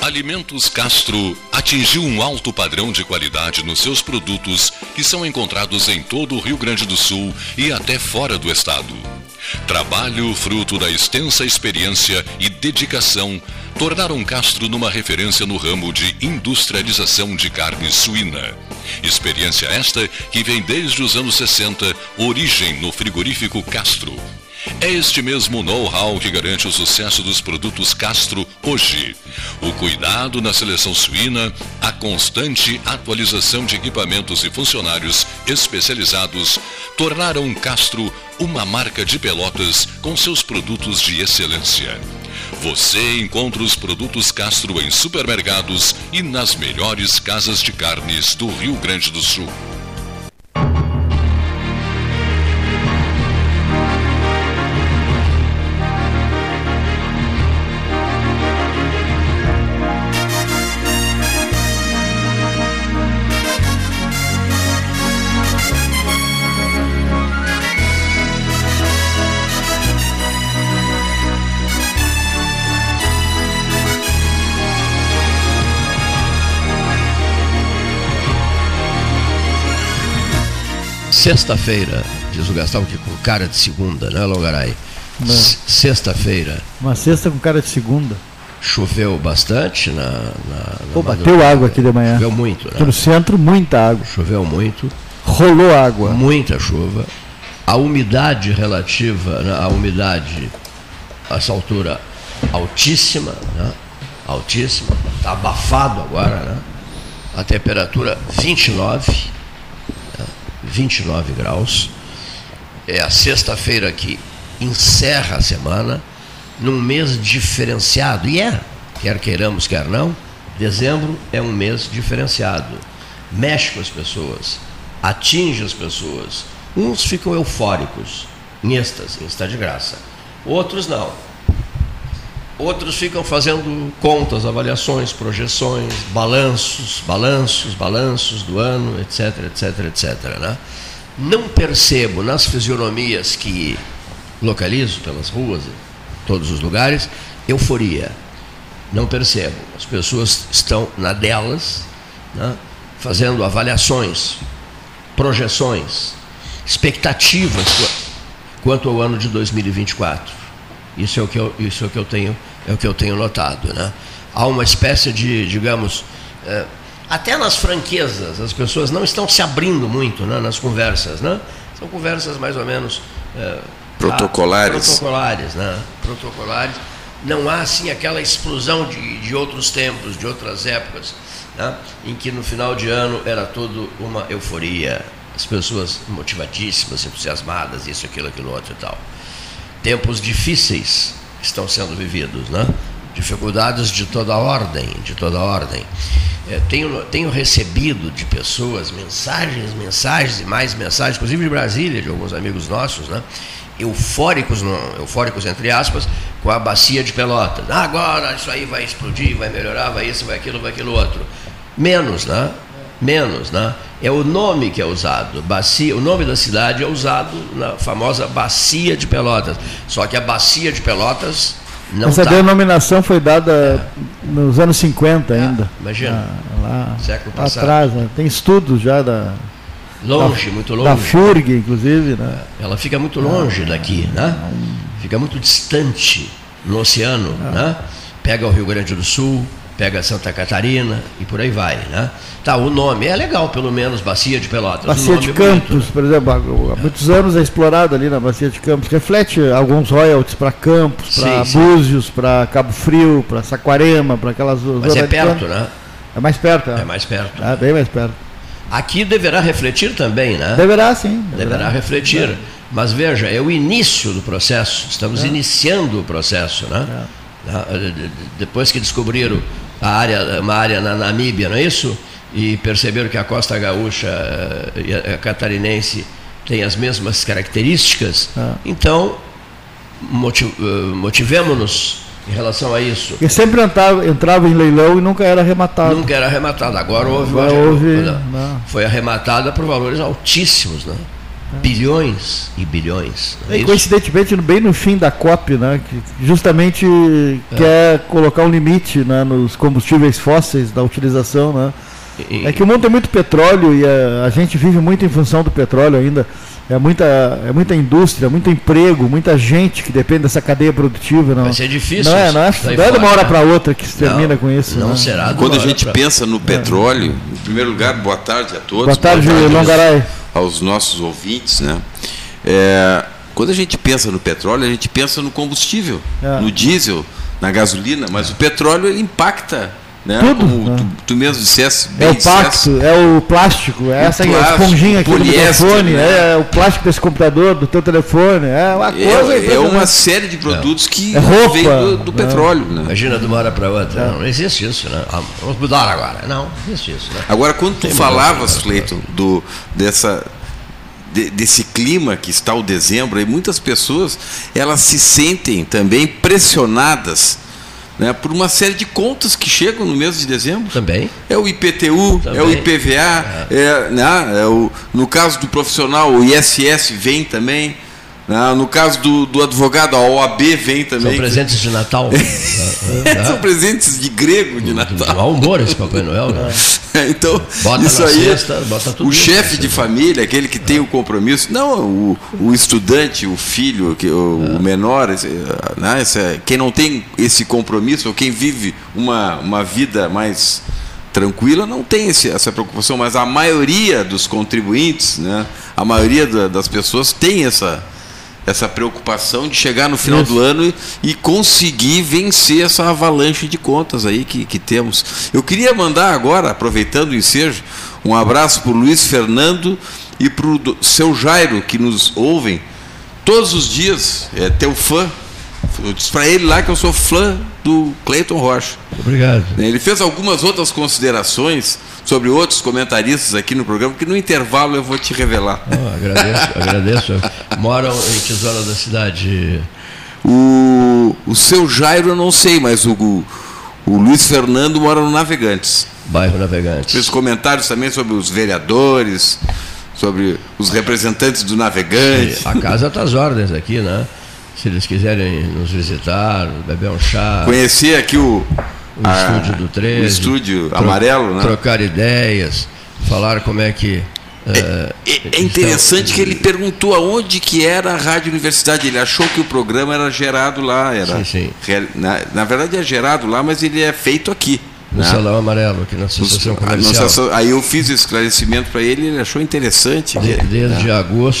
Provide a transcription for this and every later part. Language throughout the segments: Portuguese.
Alimentos Castro atingiu um alto padrão de qualidade nos seus produtos que são encontrados em todo o Rio Grande do Sul e até fora do estado. Trabalho fruto da extensa experiência e dedicação tornaram Castro numa referência no ramo de industrialização de carne suína. Experiência esta que vem desde os anos 60, origem no frigorífico Castro. É este mesmo know-how que garante o sucesso dos produtos Castro hoje. O cuidado na seleção suína, a constante atualização de equipamentos e funcionários especializados tornaram Castro uma marca de Pelotas com seus produtos de excelência. Você encontra os produtos Castro em supermercados e nas melhores casas de carnes do Rio Grande do Sul. Sexta-feira, diz o Gastão, que com cara de segunda, né, Longaray? Sexta-feira. Uma sexta com cara de segunda. Choveu bastante Pô, bateu água aqui de manhã. Choveu muito, né? Aqui no centro, muita água. Choveu muito. Rolou água. Muita chuva. A umidade relativa, né, a umidade, a essa altura, altíssima, né? Altíssima. Está abafado agora, né? A temperatura 29 graus. É a sexta-feira que encerra a semana num mês diferenciado. E quer queiramos, quer não, dezembro é um mês diferenciado. Mexe com as pessoas, atinge as pessoas. Uns ficam eufóricos, em êxtase, em estado de graça. Outros não. Outros ficam fazendo contas, avaliações, projeções, balanços do ano, etc, né? Não percebo nas fisionomias que localizo pelas ruas, em todos os lugares, euforia. Não percebo. As pessoas estão na delas, né? Fazendo avaliações, projeções, expectativas quanto ao ano de 2024. Isso é o que eu tenho notado, né? Há uma espécie de, digamos, até nas franquezas, as pessoas não estão se abrindo muito, né, nas conversas, né? São conversas mais ou menos protocolares, né? Protocolares. Não há assim aquela explosão de outros tempos, de outras épocas, né, em que no final de ano era tudo uma euforia, as pessoas motivadíssimas, entusiasmadas, isso, aquilo, outro e tal. Tempos difíceis estão sendo vividos, né? Dificuldades de toda ordem. Tenho recebido de pessoas mensagens e mais mensagens, inclusive de Brasília, de alguns amigos nossos, né? Eufóricos entre aspas, com a bacia de Pelotas. Agora isso aí vai explodir, vai melhorar, vai isso, vai aquilo outro. Menos, né? É o nome que é usado, bacia, o nome da cidade é usado na famosa Bacia de Pelotas. Só que a Bacia de Pelotas não Essa denominação foi dada nos anos 50 ainda. Imagina, lá século passado. Atrás, né? Tem estudos já muito longe. Da FURG, inclusive, né? Ela fica muito longe daqui, né? Fica muito distante no oceano, né? Pega o Rio Grande do Sul, pega Santa Catarina e por aí vai, né? Tá, o nome é legal, pelo menos, Bacia de Pelotas. Bacia de Campos, por exemplo, há muitos anos é explorado ali na Bacia de Campos. Reflete alguns royalties para Campos, para Búzios, para Cabo Frio, para Saquarema, para aquelas zonas. Mas é perto, né? É mais perto, É mais perto. É bem mais perto. Aqui deverá refletir também, né? Deverá, sim. Deverá refletir. Mas veja, é o início do processo. Estamos iniciando o processo, né? Depois que descobriram uma área na Namíbia, não é isso? E perceberam que a costa gaúcha e a catarinense têm as mesmas características, então motivemos-nos em relação a isso. E sempre entrava em leilão e nunca era arrematado. Agora foi arrematada por valores altíssimos, né? bilhões e bilhões. E coincidentemente, bem no fim da COP, né, que justamente quer colocar um limite, né, nos combustíveis fósseis da utilização, né? É que o mundo tem muito petróleo e a gente vive muito em função do petróleo ainda. É muita indústria, muito emprego, muita gente que depende dessa cadeia produtiva. Não. Vai ser difícil. Não é de uma hora para outra que se termina com isso. Não será. Quando a gente pensa no petróleo, em primeiro lugar, boa tarde a todos. Boa tarde, Longaray. Aos nossos ouvintes, né? Quando a gente pensa no petróleo, a gente pensa no combustível, no diesel, na gasolina, mas o petróleo ele impacta. Né? Tudo, como tu mesmo disseste, é o pacto, é o plástico, é essa esponjinha aqui do microfone, né? É o plástico desse computador, do teu telefone, é uma coisa. É uma série de produtos que vem do petróleo. Né? Imagina de uma hora para outra. Não existe isso, né? Vamos mudar agora. Não existe isso. Né? Agora, quando tu falavas, Cleiton, desse clima que está o dezembro, e muitas pessoas elas se sentem também pressionadas, né, por uma série de contas que chegam no mês de dezembro. Também. É o IPTU, é o IPVA, no caso do profissional, o ISS vem também. No caso do advogado, a OAB vem também. São presentes de Natal. São presentes de grego de Natal. Há humor esse Papai Noel, né? Então, bota isso na aí, cesta, bota tudo o chefe de família, aquele que tem o compromisso, não o estudante, o filho, o menor, quem não tem esse compromisso, ou quem vive uma vida mais tranquila, não tem essa preocupação, mas a maioria dos contribuintes, né, a maioria das pessoas tem essa preocupação de chegar no final do ano e conseguir vencer essa avalanche de contas aí que temos. Eu queria mandar agora, aproveitando o ensejo, um abraço para o Luiz Fernando e para o seu Jairo, que nos ouvem todos os dias, é teu fã. Eu disse para ele lá que eu sou fã do Cleiton Rocha. Obrigado. Ele fez algumas outras considerações sobre outros comentaristas aqui no programa, que no intervalo eu vou te revelar. Agradeço. Moram em que zona da cidade? O seu Jairo eu não sei, mas o Luiz Fernando mora no Navegantes. Bairro Navegantes. Fez comentários também sobre os vereadores, sobre os representantes do Navegante. A casa está às ordens aqui, né? Se eles quiserem nos visitar, beber um chá. Conhecer aqui o estúdio do 13. O estúdio amarelo, né? Trocar ideias, falar como é que... É interessante que ele perguntou aonde que era a Rádio Universidade. Ele achou que o programa era gerado lá. Sim. Na verdade é gerado lá, mas ele é feito aqui. No Salão Amarelo, aqui na Associação Comercial. Aí eu fiz esse esclarecimento para ele, ele achou interessante. Desde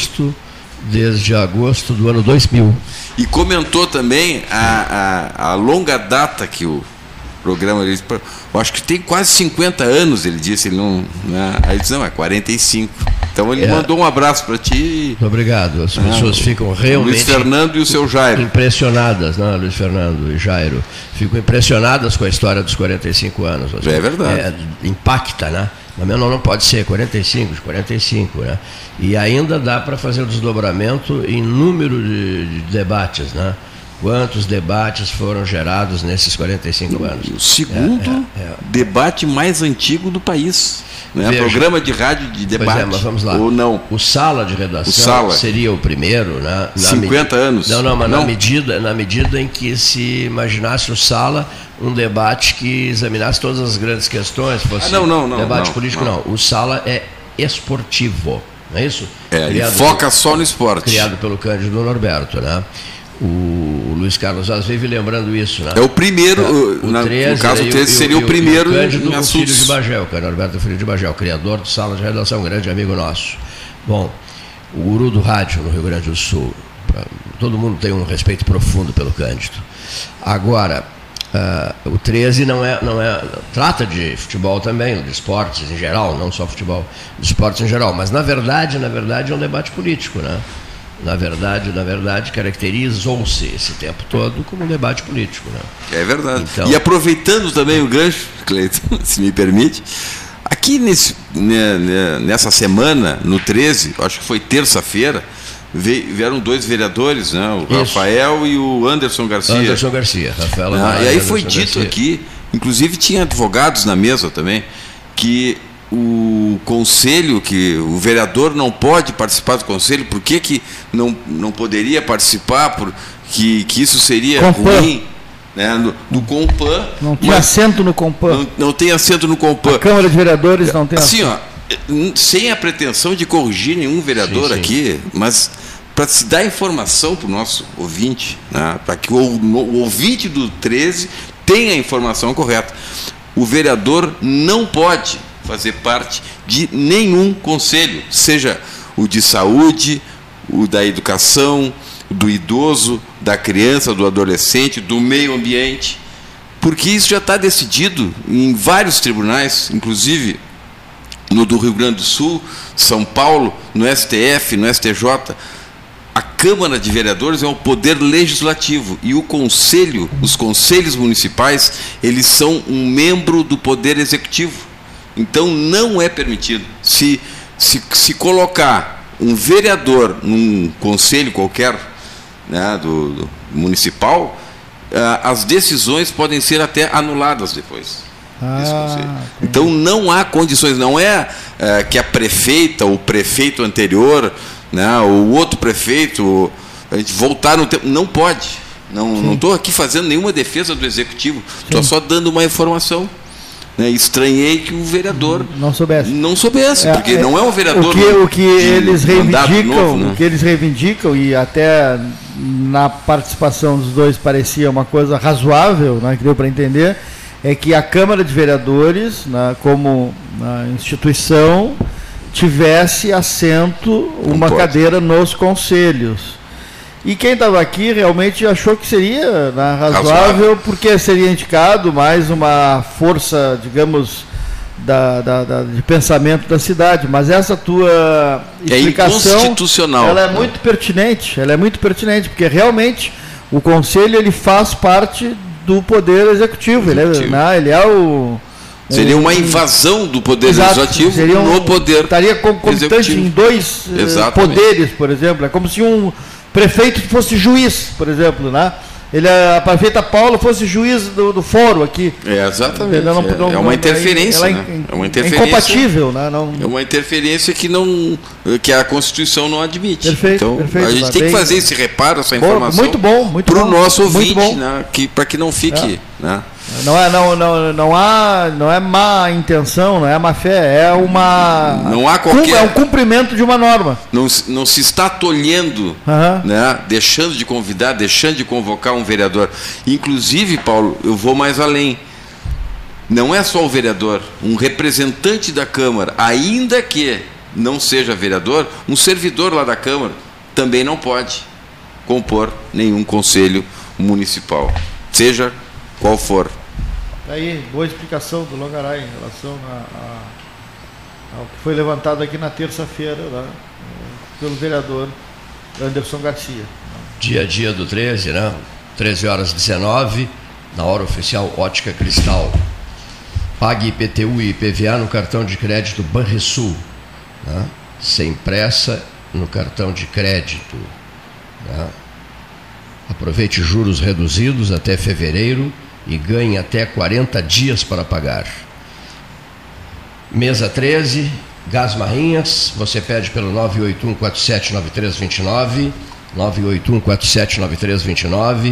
agosto do ano 2000. E comentou também a longa data que o programa, eu acho que tem quase 50 anos, ele disse, ele não, né? Aí ele disse, não, é 45. Então ele mandou um abraço para ti. Obrigado. As pessoas ficam realmente... Luiz Fernando e o seu Jairo. Impressionadas, né, Luiz Fernando e Jairo? Ficam impressionadas com a história dos 45 anos. Assim. É verdade. Impacta, né? Mas não pode ser 45, né? E ainda dá para fazer o desdobramento em número de debates, né? Quantos debates foram gerados nesses 45 anos? O segundo debate mais antigo do país. Né? Programa de rádio de debate. Mas vamos lá. Ou não. O Sala de Redação seria o primeiro, né? 50 anos. Mas na medida em que se imaginasse o Sala um debate que examinasse todas as grandes questões, fosse debate político, não. O Sala é esportivo, não é isso? Ele foca só no esporte. Criado pelo Cândido Norberto, né? O Luiz Carlos Vaz vive lembrando isso, né? É o primeiro, no caso 13 seria o primeiro em assuntos. Filho de Bagel, Cândido Norberto Filho de Bagel, criador do Sala de Redação, grande amigo nosso. Bom, o guru do rádio no Rio Grande do Sul, todo mundo tem um respeito profundo pelo Cândido. Agora, o 13 não é trata de futebol também, de esportes em geral, não só futebol, de esportes em geral, mas na verdade é um debate político, né? Na verdade, caracterizou-se esse tempo todo como um debate político, né? É verdade. Então, e aproveitando também o gancho, Cleiton, se me permite, aqui nessa semana, no 13, acho que foi terça-feira, vieram dois vereadores, né? O Rafael e o Anderson Garcia. Rafael e aí foi dito aqui, inclusive tinha advogados na mesa também, que o conselho, que o vereador não pode participar do conselho, por que não poderia participar, que isso seria ruim, né? Do Compan. Não tem assento no Compan. Não tem assento no Compan. A Câmara de Vereadores não tem assim, assento. Sem a pretensão de corrigir nenhum vereador aqui, mas para se dar informação para o nosso ouvinte, né? Para que o ouvinte do 13 tenha a informação correta. O vereador não pode fazer parte de nenhum conselho, seja o de saúde, o da educação, do idoso, da criança, do adolescente, do meio ambiente, porque isso já está decidido em vários tribunais, inclusive no do Rio Grande do Sul, São Paulo, no STF, no STJ. A Câmara de Vereadores é o poder legislativo e o conselho, os conselhos municipais, eles são um membro do poder executivo. Então não é permitido. Se colocar um vereador num conselho qualquer, né, do municipal, as decisões podem ser até anuladas depois. Então não há condições, não é que a prefeita ou o prefeito anterior, né, o outro prefeito, a gente voltar no tempo, não pode. Não estou aqui fazendo nenhuma defesa do executivo, estou só dando uma informação. Né, estranhei que o vereador não soubesse, porque não é um vereador. O que eles reivindicam, novo, né? O que eles reivindicam, e até na participação dos dois parecia uma coisa razoável, né, que deu para entender, é que a Câmara de Vereadores, né, como instituição, tivesse assento, uma cadeira nos conselhos. E quem estava aqui realmente achou que seria, né, razoável, porque seria indicado mais uma força, digamos, de pensamento da cidade. Mas essa tua explicação, inconstitucional, ela é muito pertinente, porque realmente o conselho ele faz parte do poder executivo. Ele é o... Seria uma invasão do poder legislativo no poder estaria concomitante em dois poderes, por exemplo. É como se um prefeito fosse juiz, por exemplo, né? A prefeita Paula fosse juiz do fórum aqui. Exatamente. É uma interferência. É uma interferência. É incompatível, né? É uma interferência que a Constituição não admite. Perfeito. A gente tem que fazer esse reparo, essa informação. Muito bom. Para o nosso ouvinte, né? Para que não fique. Né? Não é má intenção, não é má fé, é um cumprimento de uma norma. Não se está tolhendo, né, deixando de convidar, deixando de convocar um vereador. Inclusive, Paulo, eu vou mais além. Não é só o vereador, um representante da Câmara, ainda que não seja vereador, um servidor lá da Câmara também não pode compor nenhum conselho municipal, seja qual for. Aí, boa explicação do Longaray em relação ao que foi levantado aqui na terça-feira, né, pelo vereador Anderson Garcia. Dia a dia do 13, né? 13h19, na hora oficial Ótica Cristal. Pague IPTU e IPVA no cartão de crédito Banrisul, né? Sem pressa no cartão de crédito, né? Aproveite juros reduzidos até fevereiro e ganhe até 40 dias para pagar. Mesa 13, Gás Marrinhas, você pede pelo 981479329, 981479329,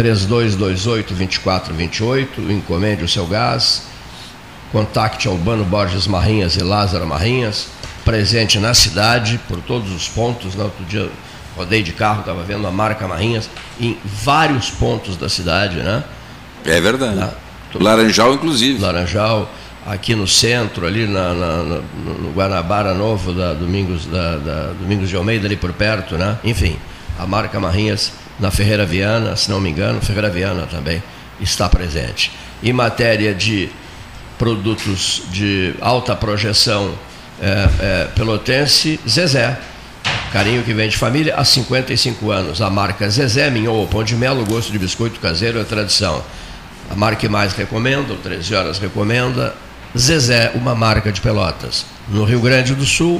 3228-2428, encomende o seu gás, contacte Albano Borges Marrinhas e Lázaro Marrinhas, presente na cidade, por todos os pontos, né? Outro dia rodei de carro, estava vendo a marca Marrinhas em vários pontos da cidade, né? É verdade. Laranjal, inclusive. Laranjal, aqui no centro, ali no Guanabara Novo, Domingos de Almeida, ali por perto, né? Enfim, a marca Marrinhas na Ferreira Viana, se não me engano, Ferreira Viana também está presente. Em matéria de produtos de alta projeção pelotense, Zezé. Carinho que vem de família há 55 anos. A marca Zezé, Mignon ou Pão de Melo, gosto de biscoito caseiro é tradição. A marca que mais recomenda, o 13 Horas recomenda, Zezé, uma marca de Pelotas. No Rio Grande do Sul,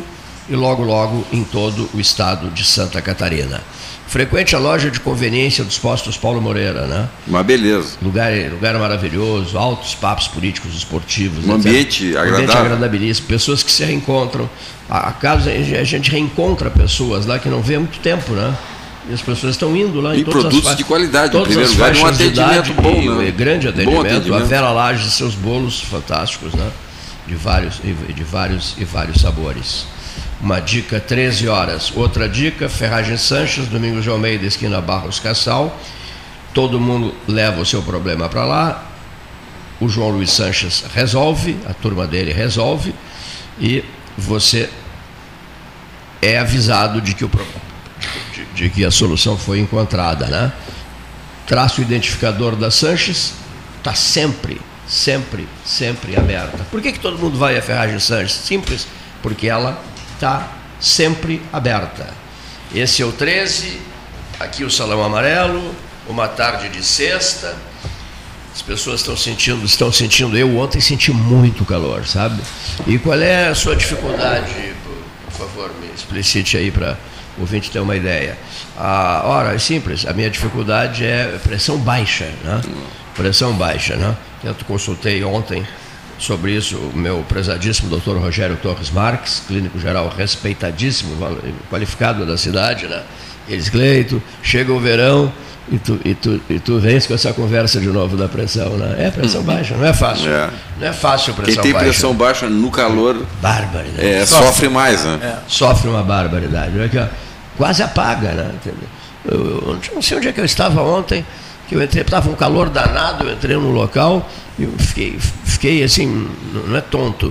e logo, logo em todo o estado de Santa Catarina. Frequente a loja de conveniência dos postos Paulo Moreira, né? Uma beleza. Lugar maravilhoso, altos papos políticos, esportivos. Um ambiente agradável. Ambiente agradabilíssimo, pessoas que se reencontram. A gente reencontra pessoas lá que não vê há muito tempo, né? E as pessoas estão indo lá em todas produtos as de qualidade, em primeiro lugar, um atendimento bom, né? Grande atendimento. A Vera Lages, seus bolos fantásticos, né? De vários sabores. Uma dica, 13 horas. Outra dica, Ferragem Sanches, Domingos de Almeida, esquina Barros Cassal. Todo mundo leva o seu problema para lá. O João Luiz Sanches resolve, a turma dele resolve, e você é avisado de que a solução foi encontrada, né? Traço identificador da Sanches está sempre aberta. Por que todo mundo vai à Ferragem Sanches? Simples, porque ela está sempre aberta. Esse é o 13, aqui o Salão Amarelo, uma tarde de sexta. As pessoas estão sentindo, eu ontem senti muito calor, sabe? E qual é a sua dificuldade? Por favor, me explicite aí para o ouvinte ter uma ideia. Ora, é simples, a minha dificuldade é pressão baixa, né? Pressão baixa, né? Eu consultei ontem sobre isso o meu prezadíssimo doutor Rogério Torres Marques, clínico geral respeitadíssimo, qualificado da cidade, né? Eles, Cleito, chega o verão e tu vens com essa conversa de novo da pressão, né? É pressão baixa, não é fácil. Não é fácil pressão baixa. Quem tem pressão baixa no calor barbaridade. Sofre mais, né? Sofre uma barbaridade. Quase apaga, né? Eu não sei onde é que eu estava ontem, que eu entrei, estava um calor danado, eu entrei no local e eu fiquei assim, não é tonto.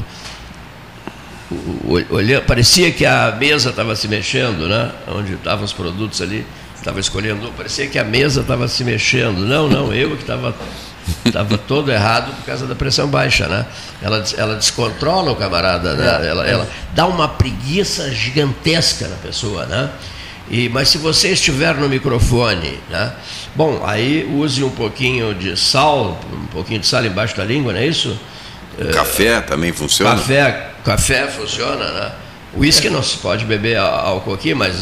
Parecia que a mesa estava se mexendo, né? Onde estavam os produtos ali, estava escolhendo, parecia que a mesa estava se mexendo. Não, eu que estava todo errado por causa da pressão baixa, né? Ela descontrola o camarada, né? Ela dá uma preguiça gigantesca na pessoa, né? Mas se você estiver no microfone, né? Bom, aí use um pouquinho de sal embaixo da língua, não é isso? Café também funciona? Café funciona, né? Uísque não se pode beber álcool aqui, mas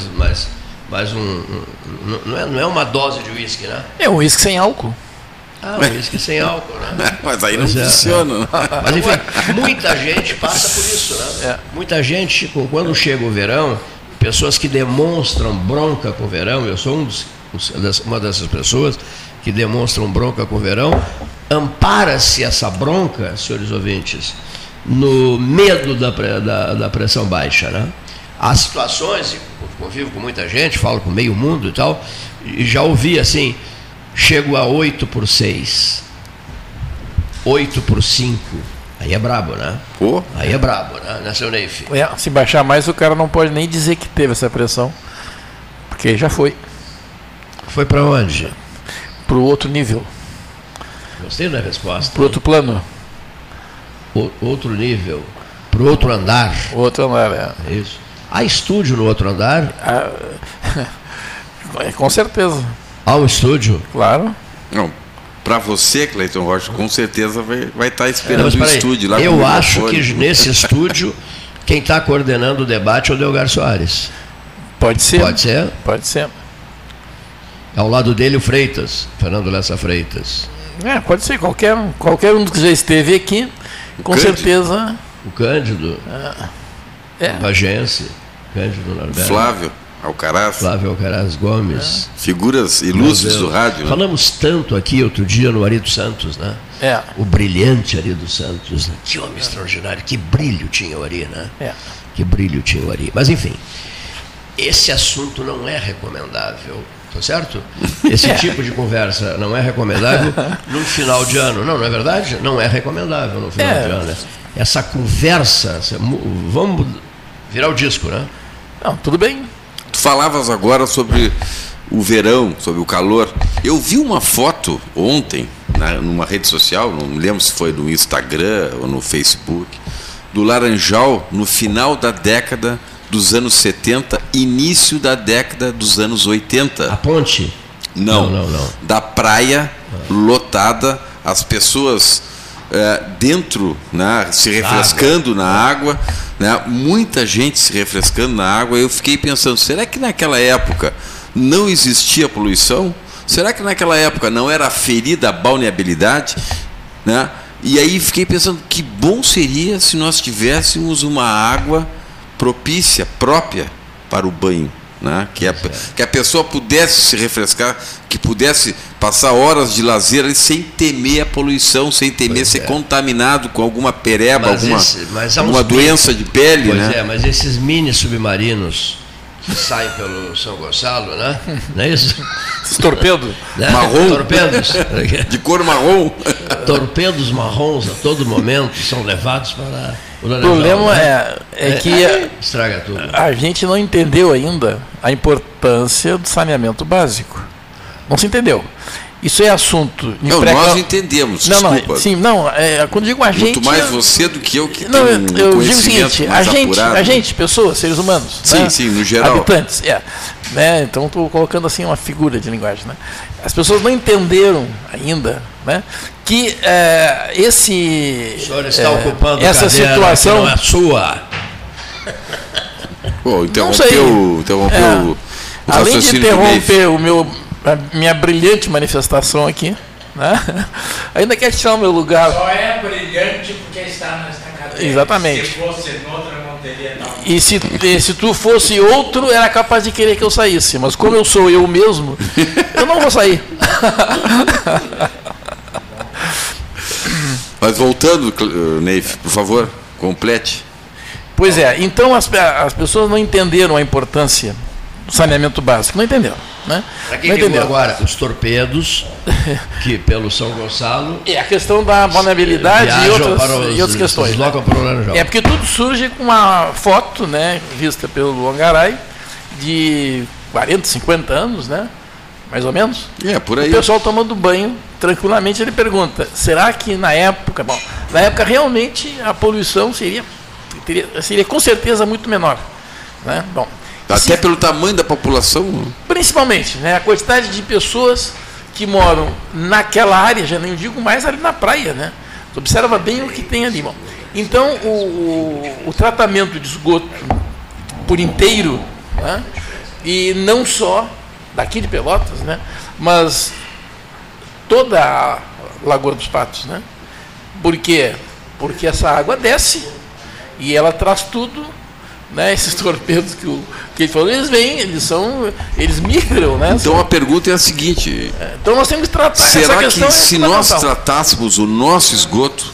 não é uma dose de uísque, né? É um uísque sem álcool. Um uísque sem álcool, né? Mas aí não funciona. Mas enfim, muita gente passa por isso, né? Muita gente, quando chega o verão, pessoas que demonstram bronca com o verão, eu sou uma dessas pessoas que demonstram bronca com o verão, ampara-se essa bronca, senhores ouvintes, no medo da pressão baixa, né? Há situações, convivo com muita gente, falo com meio mundo e tal, e já ouvi assim, chego a 8/6, 8/5, aí é brabo, né? Aí é brabo, né, seu Neif? Se baixar mais, o cara não pode nem dizer que teve essa pressão, porque já foi. Foi para onde? Para o outro nível. Gostei da resposta. Para o outro plano. Outro nível. Para o outro andar. Outro andar, é. Isso. Há estúdio no outro andar? Com certeza. Há um estúdio? Claro. Não. Para você, Cleiton Rocha, com certeza vai estar esperando o estúdio lá. Eu acho que nesse estúdio, quem está coordenando o debate é o Delgar Soares. Pode ser. Pode ser? Pode ser. Ao lado dele o Freitas, Fernando Lessa Freitas. Pode ser, qualquer um que já esteve aqui, com certeza. O Cândido, Vagense, Cândido Norberto. Flávio Alcaraz Gomes. Figuras ilustres do rádio. Né? Falamos tanto aqui outro dia no Ari dos Santos, né? O brilhante Ari dos Santos. Né? Que homem extraordinário, que brilho tinha o Ari, né? Que brilho tinha o Ari. Mas enfim, esse assunto não é recomendável. Tá certo? Esse tipo de conversa não é recomendável no final de ano. Não é verdade? Não é recomendável no final de ano. Né? Essa conversa, vamos virar o disco, né? Não, tudo bem. Tu falavas agora sobre o verão, sobre o calor. Eu vi uma foto ontem, numa rede social, não me lembro se foi no Instagram ou no Facebook, do Laranjal no final da década dos anos 70, início da década dos anos 80. A ponte? Não. Da praia lotada, as pessoas dentro, né, se refrescando na água, né? Muita gente se refrescando na água. Eu fiquei pensando, será que naquela época não existia poluição? Será que naquela época não era ferida a balneabilidade, né? E aí fiquei pensando, que bom seria se nós tivéssemos uma água propícia, própria para o banho, né? Que a pessoa pudesse se refrescar, que pudesse passar horas de lazer ali sem temer a poluição, sem temer ser contaminado com alguma pereba, alguma doença de pele. Pois né? mas esses mini submarinos que saem pelo São Gonçalo, né? Não é isso? Esses torpedos. Né? Marrom. Torpedos. De cor marrom. Torpedos marrons a todo momento são levados para o Laranjal. O problema é que estraga tudo. A gente não entendeu ainda a importância do saneamento básico. Não se entendeu. Isso é assunto. Nós entendemos. Desculpa. Quando digo a gente. Muito mais você do que eu que não, tenho eu digo o seguinte: a gente, pessoas, seres humanos. Sim, né? sim, no geral. Habitantes. Né? Então estou colocando assim uma figura de linguagem. Né? As pessoas não entenderam ainda, né, que O senhor está ocupando essa situação que não é sua. Pô, interrompeu o além de raciocínio interromper a minha brilhante manifestação aqui, né? Ainda quer tirar o meu lugar. Só é brilhante porque está nesta cadeira. Exatamente. Se fosse noutra, não teria não. E se tu fosse outro, era capaz de querer que eu saísse. Mas como eu sou eu mesmo, eu não vou sair. Mas voltando, Neif, por favor, complete. Pois é, então as pessoas não entenderam a importância do saneamento básico. Não entenderam. Né? Para quem ligou agora, os torpedos que pelo São Gonçalo a questão da vulnerabilidade e outras questões. Né? Porque tudo surge com uma foto, né, vista pelo Angaray de 40, 50 anos, né, mais ou menos. Por aí. O pessoal tomando banho tranquilamente. Ele pergunta: será que na época realmente a poluição seria com certeza muito menor, né? Bom, até pelo tamanho da população. Principalmente, né, a quantidade de pessoas que moram naquela área, já nem digo mais ali na praia, né? Você observa bem o que tem ali. Bom, então, o tratamento de esgoto por inteiro, né, e não só daqui de Pelotas, né, mas toda a Lagoa dos Patos, né? Por quê? Porque essa água desce e ela traz tudo, né, esses torpedos que ele falou, eles migram, né? Então a pergunta é a seguinte: então nós temos que tratar essa questão. Será que se nós tratássemos o nosso esgoto,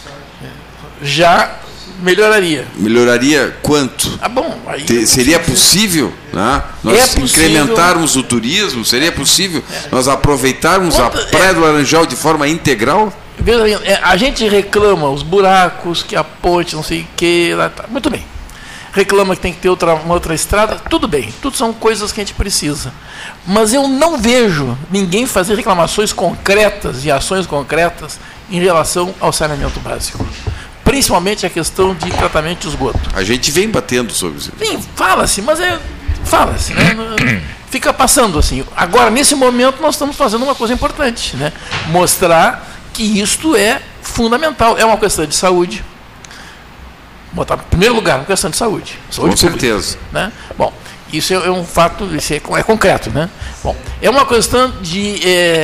já melhoraria? Melhoraria quanto? Bom, aí seria possível, né, nós incrementarmos o turismo? Seria possível nós aproveitarmos a Praia do Laranjal de forma integral? A gente reclama os buracos, que a ponte, não sei o que, muito bem. Reclama que tem que ter uma outra estrada, tudo bem, tudo são coisas que a gente precisa. Mas eu não vejo ninguém fazer reclamações concretas e ações concretas em relação ao saneamento básico. Principalmente a questão de tratamento de esgoto. A gente vem batendo sobre isso. Sim, fala-se, mas fala-se, né? Fica passando assim. Agora, nesse momento, nós estamos fazendo uma coisa importante, né? Mostrar que isto é fundamental. É uma questão de saúde. Botar em primeiro lugar uma questão de saúde. Com certeza. Né? Bom, isso é um fato, isso é concreto, né? Bom, é uma questão de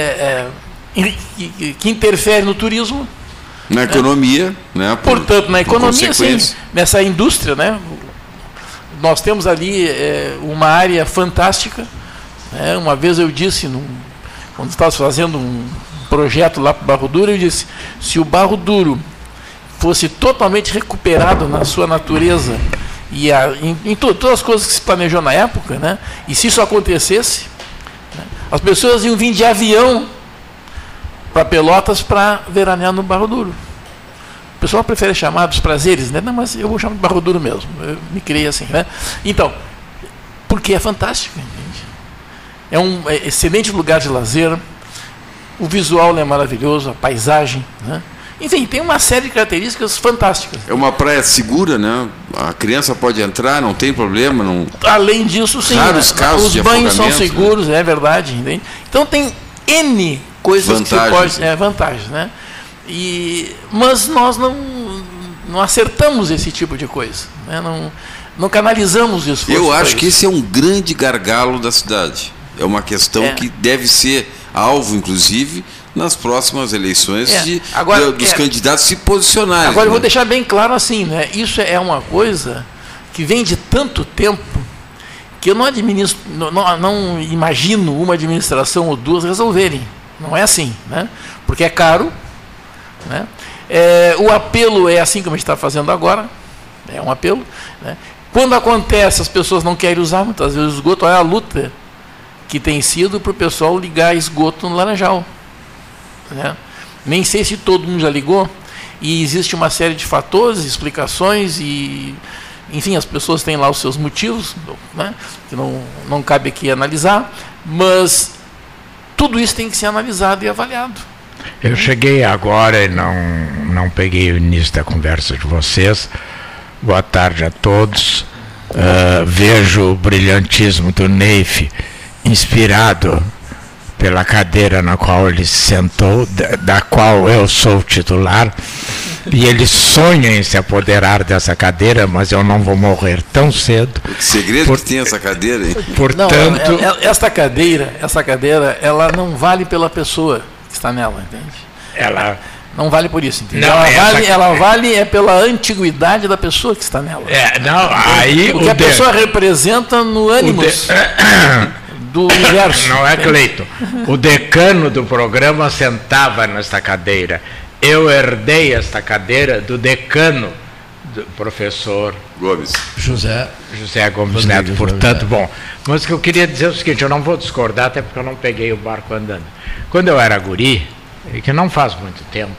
que interfere no turismo, na economia, né? Portanto, na economia, sim, nessa indústria, né? Nós temos ali uma área fantástica, né? Uma vez eu disse, quando estávamos fazendo um projeto lá para o Barro Duro, eu disse: se o Barro Duro fosse totalmente recuperado na sua natureza e em todas as coisas que se planejou na época, né? E se isso acontecesse, né, as pessoas iam vir de avião para Pelotas para veranear no Barro Duro. O pessoal prefere chamar dos prazeres, né? Não, mas eu vou chamar de Barro Duro mesmo. Eu me criei assim, né? Então, porque é fantástico, entende? É um excelente lugar de lazer, o visual é maravilhoso, a paisagem, né? Enfim, tem uma série de características fantásticas. É uma praia segura, né? A criança pode entrar, não tem problema. Não... Além disso, sim. Raros casos de afogamento. Os banhos são seguros, né? É verdade. Entende? Então tem N coisas vantagens, que você pode... vantagens, né? Mas nós não acertamos esse tipo de coisa, né? Não canalizamos isso. Eu acho que esse é um grande gargalo da cidade. É uma questão que deve ser alvo, inclusive, nas próximas eleições dos candidatos se posicionarem. Agora, eu vou deixar bem claro assim, né? Isso é uma coisa que vem de tanto tempo que eu não administro, não imagino uma administração ou duas resolverem. Não é assim, né? Porque é caro, né? O apelo é assim como a gente está fazendo agora, é um apelo, né? Quando acontece, as pessoas não querem usar muitas vezes o esgoto. Olha a luta que tem sido para o pessoal ligar esgoto no Laranjal, né? Nem sei se todo mundo já ligou, e existe uma série de fatores, explicações, e enfim, as pessoas têm lá os seus motivos, né? Que não cabe aqui analisar, mas tudo isso tem que ser analisado e avaliado. Eu cheguei agora e não peguei o início da conversa de vocês. Boa tarde a todos. Vejo o brilhantismo do Neif inspirado pela cadeira na qual ele se sentou, da qual eu sou titular, e ele sonha em se apoderar dessa cadeira, mas eu não vou morrer tão cedo. Que segredo que tem essa cadeira, hein? Portanto, essa cadeira, ela não vale pela pessoa que está nela, entende? Ela não vale por isso, entende? Não, ela vale pela antiguidade da pessoa que está nela. O que a pessoa representa no ânimos do universo. Não é, Cleiton? O decano do programa sentava nesta cadeira. Eu herdei esta cadeira do decano, do professor Gomes. José Gomes Neto. Portanto, bom, mas o que eu queria dizer é o seguinte: eu não vou discordar, até porque eu não peguei o barco andando. Quando eu era guri, que não faz muito tempo,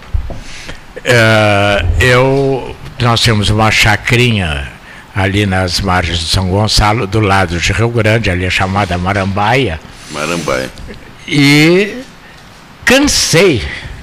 nós tínhamos uma chacrinha ali nas margens de São Gonçalo, do lado de Rio Grande, ali é chamada Marambaia. E cansei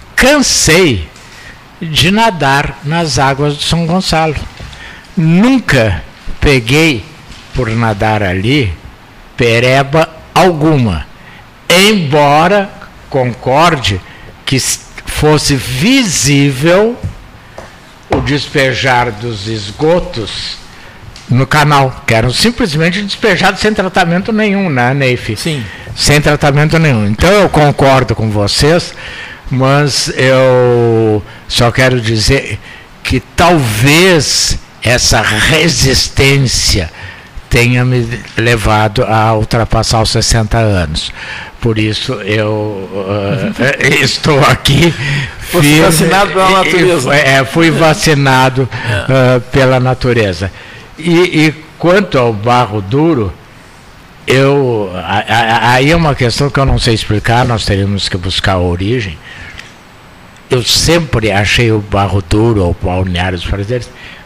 de nadar nas águas de São Gonçalo. Nunca peguei, por nadar ali, pereba alguma, embora concorde que fosse visível o despejar dos esgotos no canal, que eram simplesmente despejados sem tratamento nenhum, né, Neif? Sim. Sem tratamento nenhum. Então eu concordo com vocês, mas eu só quero dizer que talvez essa resistência tenha me levado a ultrapassar os 60 anos. Por isso eu estou aqui. Fui vacinado pela natureza. Fui vacinado pela natureza. E quanto ao barro duro, aí é uma questão que eu não sei explicar, nós teríamos que buscar a origem. Eu sempre achei o barro duro, ou Balneário dos Prazeres,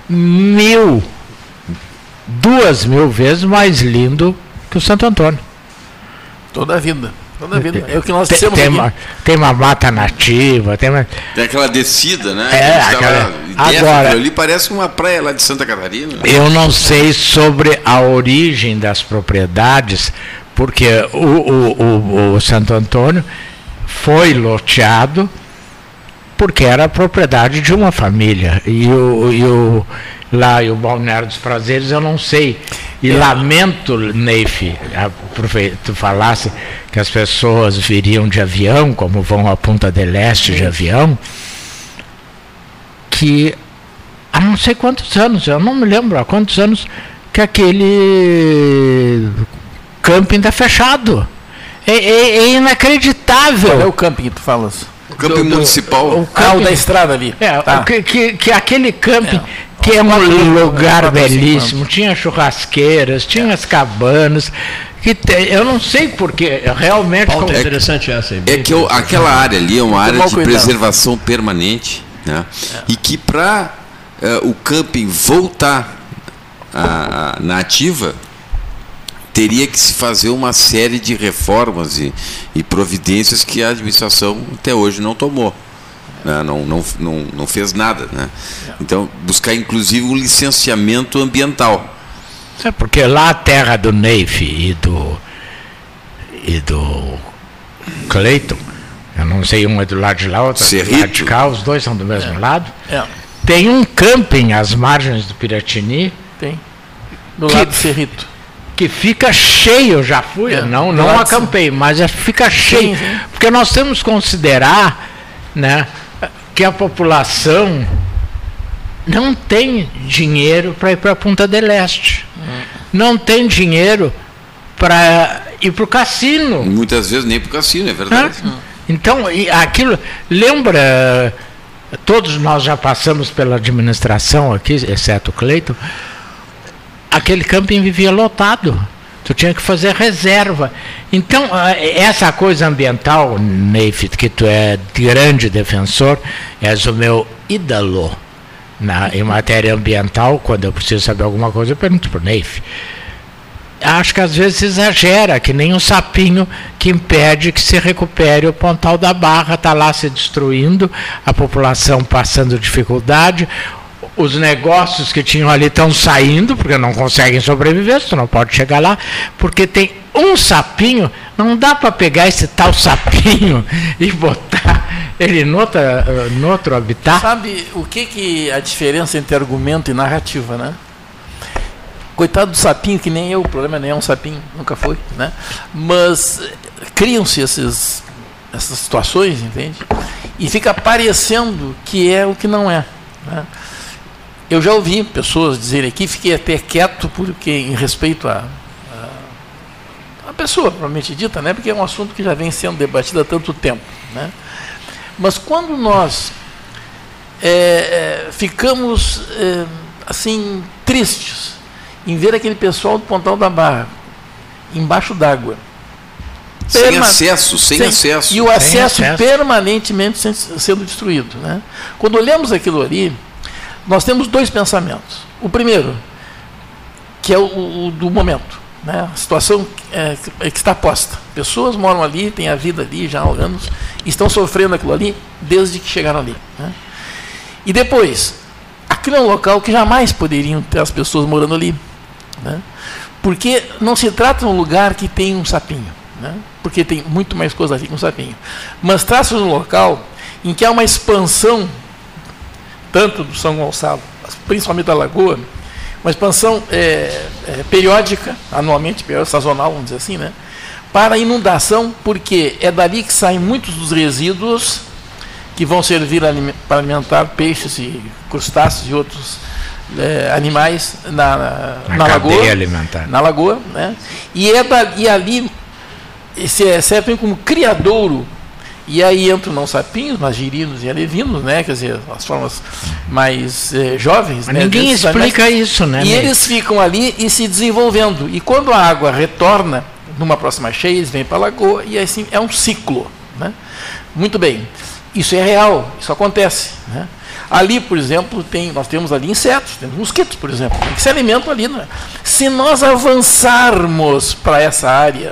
2.000 vezes mais lindo que o Santo Antônio. Toda a vida. É o que nós dissemos tem uma mata nativa, tem aquela descida, né? Agora, ali parece uma praia lá de Santa Catarina. Eu não sei sobre a origem das propriedades, porque o Santo Antônio foi loteado porque era propriedade de uma família. E o Balneário dos Prazeres eu não sei. E lamento, Neif, tu falasse que as pessoas viriam de avião, como vão a Punta del Este de avião, que há não sei quantos anos, eu não me lembro há quantos anos, que aquele camping está fechado. É inacreditável. Qual é o camping que tu falas? O camping municipal. O da estrada ali. Que aquele camping... que é um lugar belíssimo, tinha churrasqueiras, tinha as cabanas, eu não sei porque, realmente... É interessante essa aí. Aquela área ali é uma área de preservação permanente, né? E que para o camping voltar na ativa, teria que se fazer uma série de reformas e providências que a administração até hoje não tomou. Não fez nada, né? Então, buscar inclusive um licenciamento ambiental. Porque lá a terra do Neif e do Cleiton, eu não sei, um é do lado de lá, outro é do lado de cá, os dois são do mesmo lado. tem um camping às margens do Piratini. Tem. Do lado do Cerrito. Que fica cheio, já fui, não acampei, mas fica cheio. Sim. Porque nós temos que considerar, né, que a população não tem dinheiro para ir para a Punta del Este. Não tem dinheiro para ir para o cassino. Muitas vezes nem para o cassino, é verdade. Então, aquilo, lembra, todos nós já passamos pela administração aqui, exceto o Cleiton, aquele camping vivia lotado. Tu tinha que fazer reserva. Então, essa coisa ambiental, Neif, que tu é grande defensor, és o meu ídolo em matéria ambiental. Quando eu preciso saber alguma coisa, eu pergunto para o Neif. Acho que às vezes exagera, que nem um sapinho que impede que se recupere o Pontal da Barra, está lá se destruindo, a população passando dificuldade, os negócios que tinham ali estão saindo, porque não conseguem sobreviver, você não pode chegar lá, porque tem um sapinho, não dá para pegar esse tal sapinho e botar ele no outro habitat. Sabe o que a diferença entre argumento e narrativa, né? Coitado do sapinho, que nem eu, o problema nem é um sapinho, nunca foi, né? Mas criam-se essas situações, entende? E fica parecendo que é o que não é, né? Eu já ouvi pessoas dizerem aqui, fiquei até quieto porque em respeito a pessoa, propriamente dita, né? Porque é um assunto que já vem sendo debatido há tanto tempo, né? Mas quando nós ficamos assim tristes em ver aquele pessoal do Pontal da Barra embaixo d'água, sem acesso. E o acesso permanentemente sendo destruído, né? Quando olhamos aquilo ali, nós temos dois pensamentos. O primeiro, que é o do momento, né? A situação que está posta. Pessoas moram ali, têm a vida ali já há anos, estão sofrendo aquilo ali desde que chegaram ali, né? E depois, aquilo é um local que jamais poderiam ter as pessoas morando ali, né? Porque não se trata de um lugar que tem um sapinho, né? Porque tem muito mais coisa ali que um sapinho. Mas trata-se de um local em que há uma expansão, tanto do São Gonçalo, principalmente da Lagoa, uma expansão periódica, anualmente, sazonal, vamos dizer assim, né? Para a inundação, porque é dali que saem muitos dos resíduos que vão servir para alimentar peixes e crustáceos e outros animais na lagoa, alimentar. Na lagoa, né? E ali serve como criadouro. E aí entram não sapinhos, mas girinos e alevinos, né? Quer dizer, as formas mais jovens. Né? Ninguém explica isso, né? E eles ficam ali e se desenvolvendo. E quando a água retorna, numa próxima cheia, eles vêm para a lagoa, e assim é um ciclo, né? Muito bem. Isso é real, isso acontece, né? Ali, por exemplo, nós temos ali insetos, temos mosquitos, por exemplo, que se alimentam ali, né? Se nós avançarmos para essa área,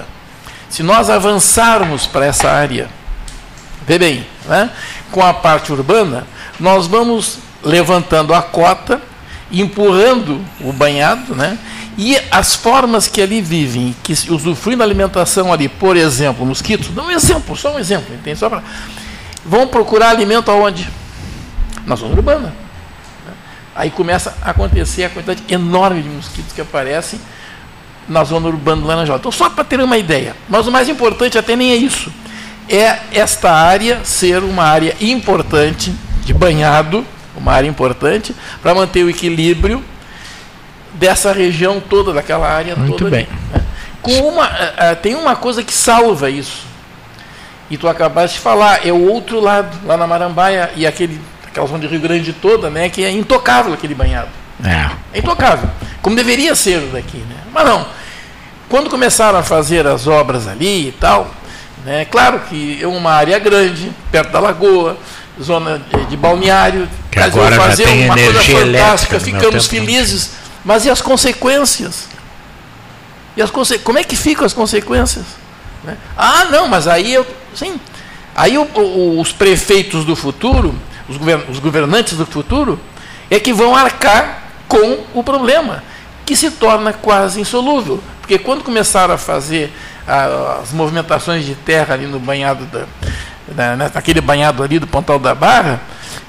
vê bem, né? Com a parte urbana, nós vamos levantando a cota, empurrando o banhado, né? E as formas que ali vivem, que usufruem da alimentação ali, por exemplo, mosquitos, só um exemplo, entende? Vão procurar alimento aonde? Na zona urbana. Aí começa a acontecer a quantidade enorme de mosquitos que aparecem na zona urbana do Laranjal. Então, só para ter uma ideia, mas o mais importante até nem é isso, é esta área ser uma área importante de banhado, uma área importante para manter o equilíbrio dessa região toda, daquela área muito toda. Muito bem. Né? Tem uma coisa que salva isso, e tu acabaste de falar, é o outro lado, lá na Marambaia, e aquela zona de Rio Grande toda, né, que é intocável aquele banhado. É intocável, como deveria ser daqui, né? Mas não. Quando começaram a fazer as obras ali e tal, né, claro que é uma área grande, perto da lagoa, zona de balneário, que agora fazer uma coisa fantástica, ficamos felizes, mas e as consequências? Como é que ficam as consequências? Né? Ah, não, mas aí sim. Aí os prefeitos do futuro, os governantes do futuro, é que vão arcar com o problema, que se torna quase insolúvel. Porque quando começaram a fazer as movimentações de terra ali no banhado, naquele banhado ali do Pontal da Barra,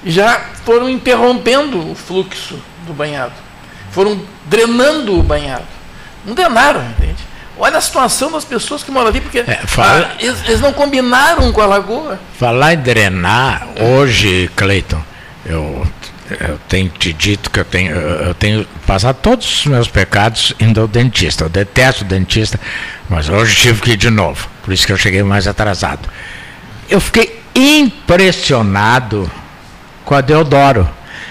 já foram interrompendo o fluxo do banhado. Foram drenando o banhado. Não drenaram, entende? Olha a situação das pessoas que moram ali, porque eles não combinaram com a lagoa. Falar em drenar, hoje, Cleiton, eu tenho te dito que eu tenho passado todos os meus pecados indo ao dentista. Eu detesto o dentista, mas hoje tive que ir de novo. Por isso que eu cheguei mais atrasado. Eu fiquei impressionado com a Deodoro.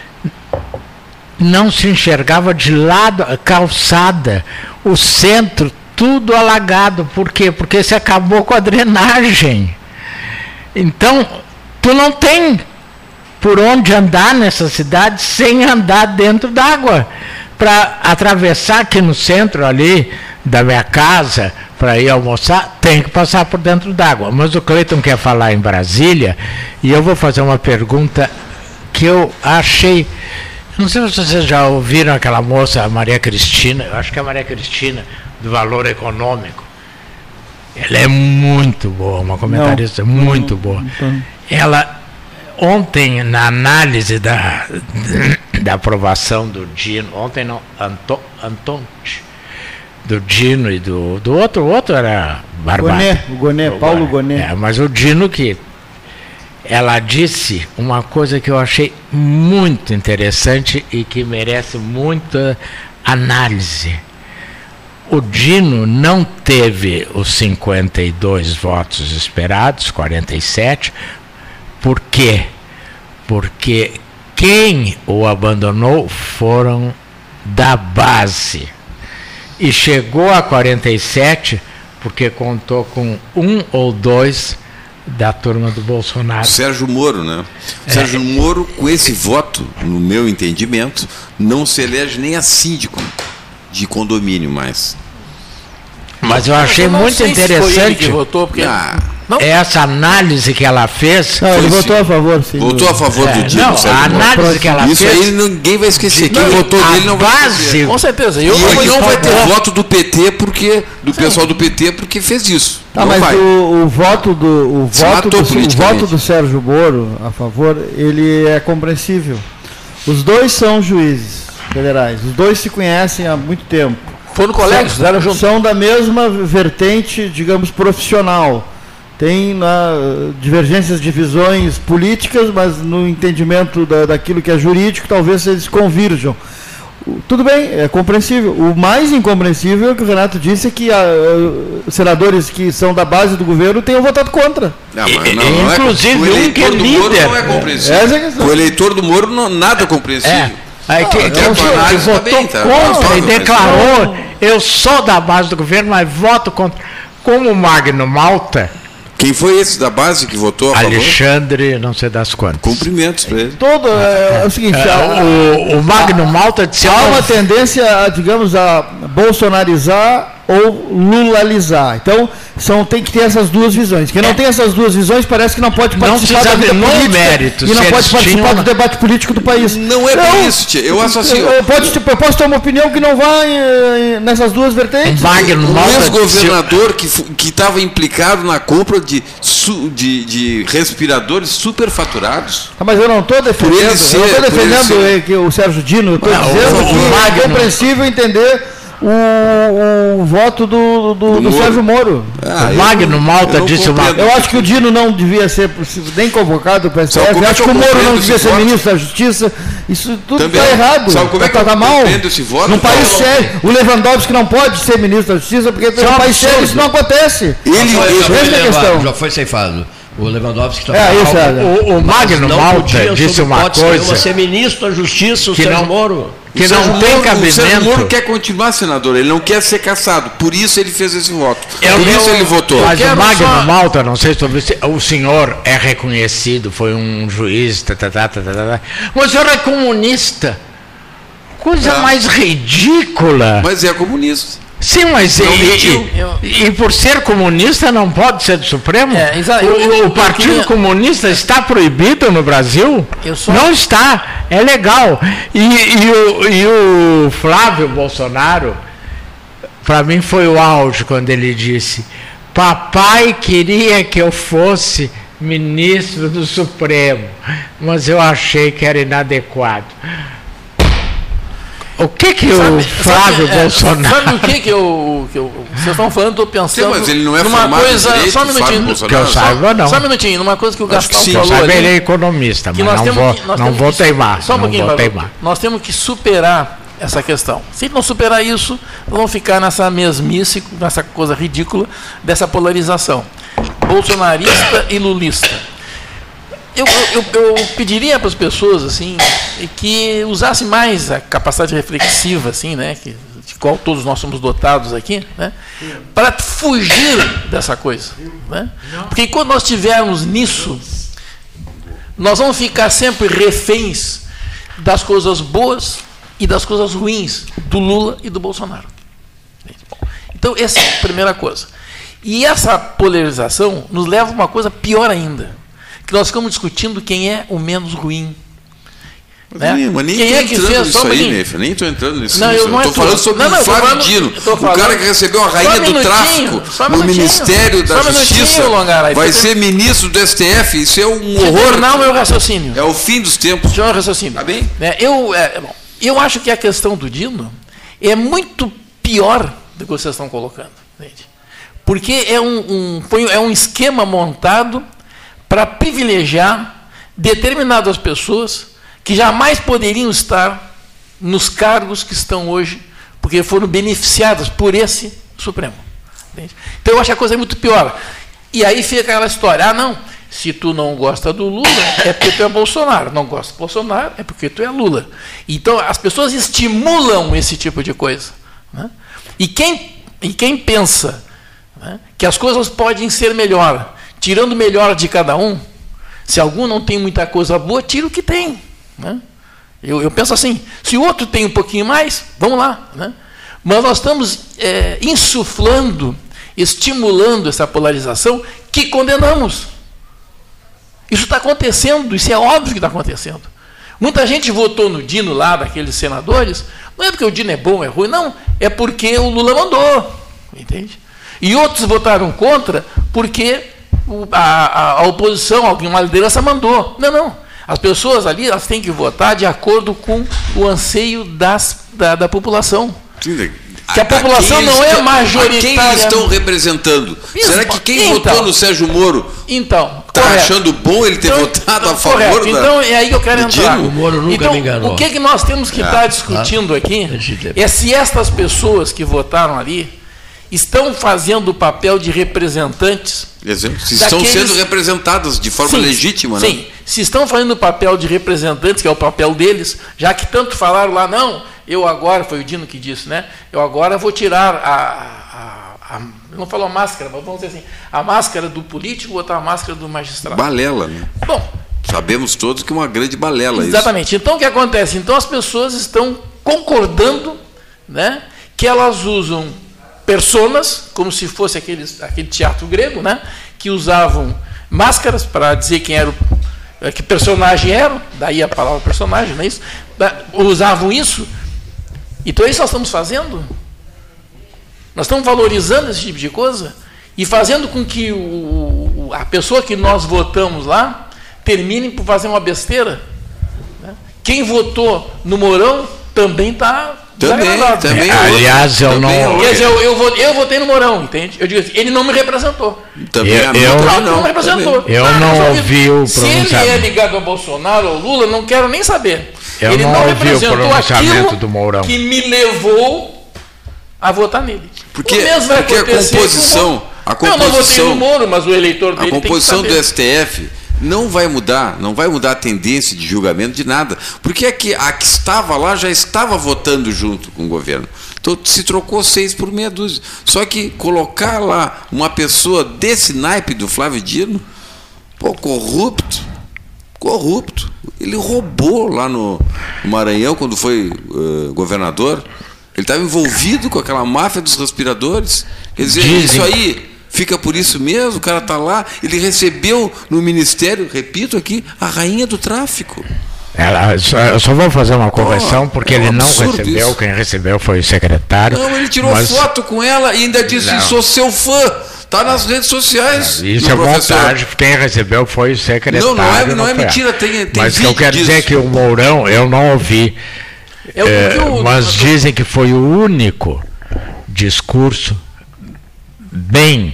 Não se enxergava de lado a calçada, o centro, tudo alagado. Por quê? Porque se acabou com a drenagem. Então, tu não tem por onde andar nessa cidade sem andar dentro d'água. Para atravessar aqui no centro ali da minha casa, para ir almoçar, tem que passar por dentro d'água. Mas o Cleiton quer falar em Brasília, e eu vou fazer uma pergunta que eu achei... Não sei se vocês já ouviram aquela moça, a Maria Cristina, eu acho que é a Maria Cristina, do Valor Econômico. Ela é muito boa, uma comentarista muito boa. Ela, ontem, na análise da aprovação do Dino, ontem não, Antonte, do Dino e do outro, o outro era Barbado. Paulo Gonet. Mas o Dino que... Ela disse uma coisa que eu achei muito interessante e que merece muita análise. O Dino não teve os 52 votos esperados, 47. Por quê? Porque quem o abandonou foram da base. E chegou a 47 porque contou com um ou dois da turma do Bolsonaro. Sérgio Moro, né? Sérgio Moro, com esse voto, no meu entendimento, não se elege nem a síndico de condomínio mais. Mas eu achei muito interessante. Foi ele que votou, porque... Essa análise que ela fez... Não, ele votou a favor, sim. Votou a favor do Dino. Não, a análise que ela fez... Isso aí ninguém vai esquecer. Quem votou nele não vai esquecer. Com certeza. E não vai ter voto do PT, pessoal do PT, porque fez isso. Tá, mas o voto do Sérgio Moro a favor, ele é compreensível. Os dois são juízes federais. Os dois se conhecem há muito tempo. Foram colegas, fizeram junto. São da mesma vertente, digamos, profissional. Tem divergências de visões políticas, mas no entendimento daquilo que é jurídico, talvez eles convirjam. Tudo bem, é compreensível. O mais incompreensível é o que o Renato disse, que senadores que são da base do governo tenham votado contra. Inclusive, o eleitor do Moro não é compreensível. O eleitor do Moro nada é compreensível. Que votou contra e declarou: eu sou da base do governo, mas voto contra. Como o Magno Malta. Quem foi esse da base que votou a favor? Alexandre, não sei das quantas. Cumprimentos para ele. É o seguinte, o Magno Malta disse... Há uma tendência, digamos, a bolsonarizar ou lulalizar. Então, tem que ter essas duas visões. Quem não tem essas duas visões parece que não pode participar da vida política mérito, e não pode participar do debate político do país. Não é bem isso, tia. Eu acho assim... Eu posso ter uma opinião que não vai nessas duas vertentes. O ex-governador que estava implicado na compra de respiradores superfaturados. Mas eu não estou defendendo que o Sérgio Dino, eu estou dizendo que é compreensível entender o voto do Sérgio Moro. O Magno Malta disse uma... Eu acho que o Dino não devia ser nem convocado para o STF. Eu acho que o Moro não devia ser ministro da Justiça. Isso tudo está errado. Sabe como é que tá mal? Esse voto? Num país sério. O Lewandowski não pode ser ministro da Justiça porque num país sério isso não acontece. Essa é a questão. Já foi ceifado. O Lewandowski o Magno Malta disse uma coisa. Ser ministro da Justiça, o Sérgio Moro. Que não tem cabimento. O Sérgio Moro quer continuar senador, ele não quer ser caçado, por isso ele fez esse voto. Por isso ele votou. Mas o Magno Malta, não sei sobre o senhor é reconhecido, foi um juiz, mas o senhor é comunista. Coisa mais ridícula. Mas é comunista. Sim, mas e por ser comunista não pode ser do Supremo? O Partido Comunista está proibido no Brasil? Não está, é legal. E o Flávio Bolsonaro, para mim foi o auge quando ele disse: papai queria que eu fosse ministro do Supremo, mas eu achei que era inadequado. O que o Flávio Bolsonaro... Sabe o que vocês estão falando, estou pensando... Sim, mas ele não é numa coisa... direito, só um minutinho. Que eu saiba, não. Só um minutinho, numa coisa que o Gastão sim, falou ali... Ele é economista, mas não vou teimar. Só um pouquinho, nós temos que superar essa questão. Se não superar isso, nós vamos ficar nessa mesmice, nessa coisa ridícula dessa polarização. Bolsonarista e lulista. Eu pediria para as pessoas assim que usassem mais a capacidade reflexiva, assim, né, de qual todos nós somos dotados aqui, né, para fugir dessa coisa, né? Porque quando nós estivermos nisso, nós vamos ficar sempre reféns das coisas boas e das coisas ruins do Lula e do Bolsonaro. Então, essa é a primeira coisa. E essa polarização nos leva a uma coisa pior ainda, que nós ficamos discutindo quem é o menos ruim. Né? Mas nem quem é que fez isso aí, Neif? Nem estou entrando nisso. Não, eu estou falando sobre o Flávio Dino, o cara que recebeu a rainha do tráfico no Ministério da Justiça, vai ser ministro do STF. Isso é um horror. Não, meu raciocínio. É o fim dos tempos. Deixa eu raciocínio. Tá bem? Eu acho que a questão do Dino é muito pior do que vocês estão colocando. Gente. Porque é um esquema montado para privilegiar determinadas pessoas que jamais poderiam estar nos cargos que estão hoje, porque foram beneficiadas por esse Supremo. Entende? Então, eu acho que a coisa é muito pior. E aí fica aquela história, não, se tu não gosta do Lula, é porque tu é Bolsonaro. Não gosta do Bolsonaro, é porque tu é Lula. Então, as pessoas estimulam esse tipo de coisa. Né? E quem pensa, né, que as coisas podem ser melhor, tirando o melhor de cada um, se algum não tem muita coisa boa, tira o que tem. Né? Eu penso assim, se o outro tem um pouquinho mais, vamos lá. Né? Mas nós estamos insuflando, estimulando essa polarização que condenamos. Isso está acontecendo, isso é óbvio que está acontecendo. Muita gente votou no Dino lá, daqueles senadores, não é porque o Dino é bom, é ruim, não, é porque o Lula mandou. Entende? E outros votaram contra porque a oposição, alguma liderança mandou. Não. As pessoas ali, elas têm que votar de acordo com o anseio da população. Sim, que a população não é majoritária. Quem eles estão representando? Isso. Será que quem votou no Sérgio Moro está achando bom ele ter votado a favor? Então é aí que eu quero entrar. O Moro nunca me enganou. O que nós temos que estar discutindo aqui é se estas pessoas que votaram ali estão fazendo o papel de representantes. Se estão sendo representadas de forma legítima, né? Sim, se estão fazendo o papel de representantes, que é o papel deles, já que tanto falaram lá, não, eu agora, foi o Dino que disse, né? Eu agora vou tirar não falou máscara, mas vamos dizer assim, a máscara do político, botar a máscara do magistrado. Balela, né? Bom, sabemos todos que é uma grande balela. Exatamente. Isso. Então, o que acontece? Então, as pessoas estão concordando, né, que elas usam personas, como se fosse aquele teatro grego, né, que usavam máscaras para dizer quem era que personagem era, daí a palavra personagem, não é isso? Usavam isso. Então, é isso que nós estamos fazendo. Nós estamos valorizando esse tipo de coisa e fazendo com que a pessoa que nós votamos lá termine por fazer uma besteira. Né? Quem votou no Mourão também está Também. Aliás, eu não. Quer dizer, eu votei no Mourão, entende? Eu digo assim, ele não me representou. Também não me representou. Eu não ouvi o pronunciamento. Se ele é ligado ao Bolsonaro ou Lula, não quero nem saber. Ele não ouvi o pronunciamento do Mourão. Que me levou a votar nele. Porque a composição. Eu não votei no Moro, mas o eleitor dele tem que saber. A composição do STF não vai mudar a tendência de julgamento de nada, porque a que estava lá já estava votando junto com o governo. Então se trocou 6 por meia dúzia. Só que colocar lá uma pessoa desse naipe do Flávio Dino, corrupto. Ele roubou lá no Maranhão quando foi governador. Ele estava envolvido com aquela máfia dos respiradores. Quer dizer, isso aí fica por isso mesmo, o cara está lá, ele recebeu no ministério, repito aqui, a rainha do tráfico. Eu só vou fazer uma correção, porque ele não recebeu, quem recebeu foi o secretário. Não, ele tirou foto com ela e ainda disse, sou seu fã. Está nas redes sociais. Isso é montagem. Quem recebeu foi o secretário. Não é mentira, tem mas eu quero dizer que o Mourão, eu não ouvi. Mas dizem que foi o único discurso bem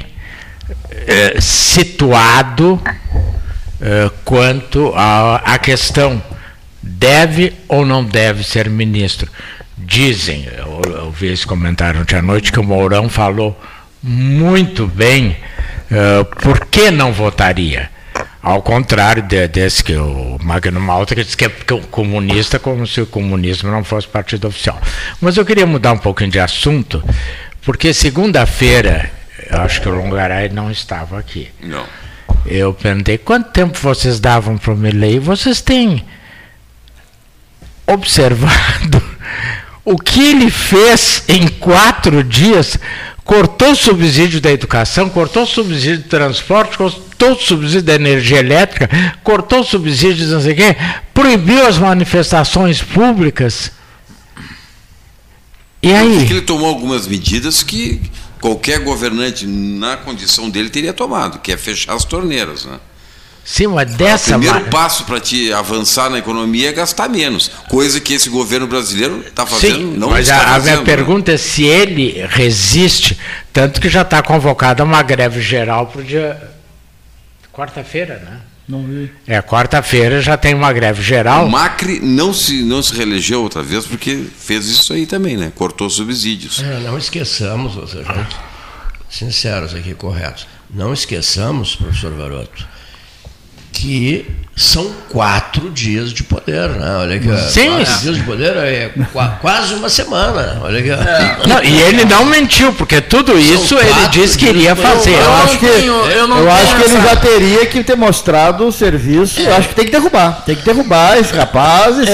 situado quanto à questão deve ou não deve ser ministro. Dizem, eu ouvi esse comentário ontem à noite, que o Mourão falou muito bem por que não votaria. Ao contrário desse que o Magno Malta, que disse que é comunista, como se o comunismo não fosse partido oficial. Mas eu queria mudar um pouquinho de assunto, porque segunda-feira, eu acho que o Longaray não estava aqui. Não. Eu perguntei, quanto tempo vocês davam para o Milei? Vocês têm observado o que ele fez em 4 dias? Cortou o subsídio da educação, cortou o subsídio do transporte, cortou o subsídio da energia elétrica, cortou o subsídio de não sei o quê, proibiu as manifestações públicas. E aí? Porque ele tomou algumas medidas que qualquer governante na condição dele teria tomado, que é fechar as torneiras, né? Sim, mas dessa o primeiro passo para te avançar na economia é gastar menos, coisa que esse governo brasileiro está fazendo. Sim, não mas está a fazendo, minha pergunta é se ele resiste, tanto que já está convocada uma greve geral para o dia quarta-feira, né? Não vi. Quarta-feira já tem uma greve geral. O Macri não se reelegeu outra vez porque fez isso aí também, né? Cortou subsídios. Não esqueçamos, ou seja, sinceros aqui, corretos, não esqueçamos, professor Varoto, que são 4 dias de poder, né? Olha aqui, 4 dias de poder é quase uma semana. Olha aqui. Não, e ele não mentiu, porque tudo isso ele disse que iria fazer. Eu acho que ele já teria que ter mostrado o serviço. Eu acho que tem que derrubar. Tem que derrubar esse rapaz aí.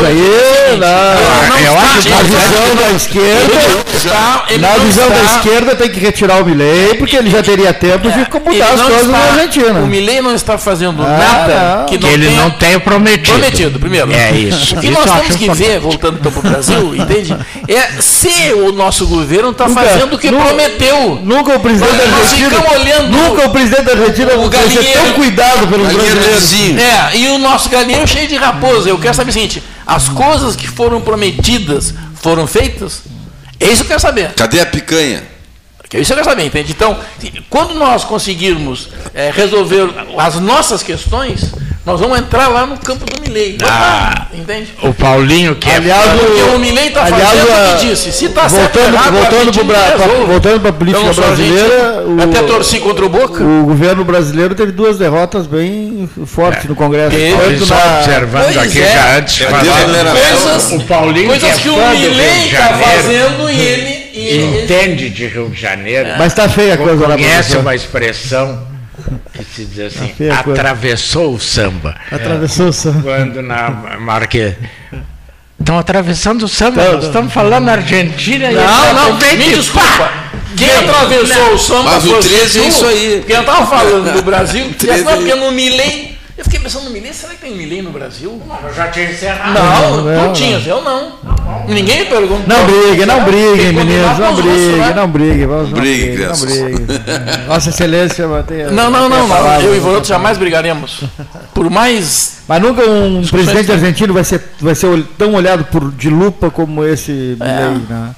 Eu acho que na visão da esquerda. Na visão da esquerda tem que retirar o Milei, porque ele já teria tempo de mudar as coisas na Argentina. O Milei não está fazendo nada que ele não tenha prometido. Prometido, primeiro. É isso. O que nós temos que ver, voltando então para o Brasil, entende? É se o nosso governo está fazendo o que prometeu. Nunca o presidente da Argentina. Nunca o presidente da Argentina vai ser tão cuidado pelos brasileiros. E o nosso galinheiro cheio de raposa. Eu quero saber o seguinte: as coisas que foram prometidas foram feitas? É isso que eu quero saber. Cadê a picanha? Isso eu quero saber, entende? Então, quando nós conseguirmos resolver as nossas questões, nós vamos entrar lá no campo do Milei. Entende? O Paulinho, que porque o Milei está fazendo o que disse. Se está certo, voltando para a política brasileira, até torci contra o Boca. O governo brasileiro teve 2 derrotas bem fortes no Congresso. Observando aqui já antes de fazer o Paulinho, coisas que o Milei está fazendo e ele entende de Rio de Janeiro. Mas está feia a coisa lá. Conhece uma expressão que se diz assim, atravessou o samba. Atravessou o samba. Quando na Marquês estão atravessando o samba, nós estamos falando na Argentina. Não, me desculpa. Quem atravessou o samba mas o 13 é isso aí. Quem eu estava falando do Brasil, porque no Milei. Eu fiquei pensando no Milei, será que tem Milei no Brasil? Eu já tinha encerrado. Não tinhas, eu não. Ninguém me perguntou. Não briguem, meninos, não briguem. Não briguem. Nossa Excelência, não. Eu e Varoto jamais brigaremos. Por mais. Mas nunca um presidente argentino vai ser tão olhado de lupa como esse Milei, né?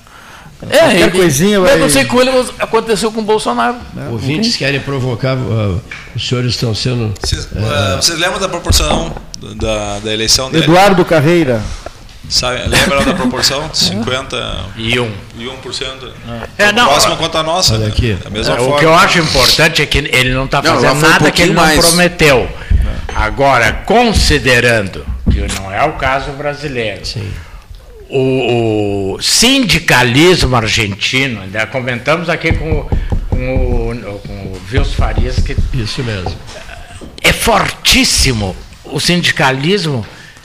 Eu não sei com ele aconteceu com o Bolsonaro. Ouvintes querem provocar, os senhores estão sendo. Vocês lembram da proporção da eleição dele? Eduardo Carreira. Lembra da proporção? 51%. Próxima quanto a nossa. Olha aqui. Da mesma forma. O que eu acho importante é que ele não está fazendo nada que ele não prometeu. Agora, considerando que não é o caso brasileiro. Sim. O sindicalismo argentino, ainda comentamos aqui com o Wilson Farias, que isso mesmo. É fortíssimo. O sindicalismo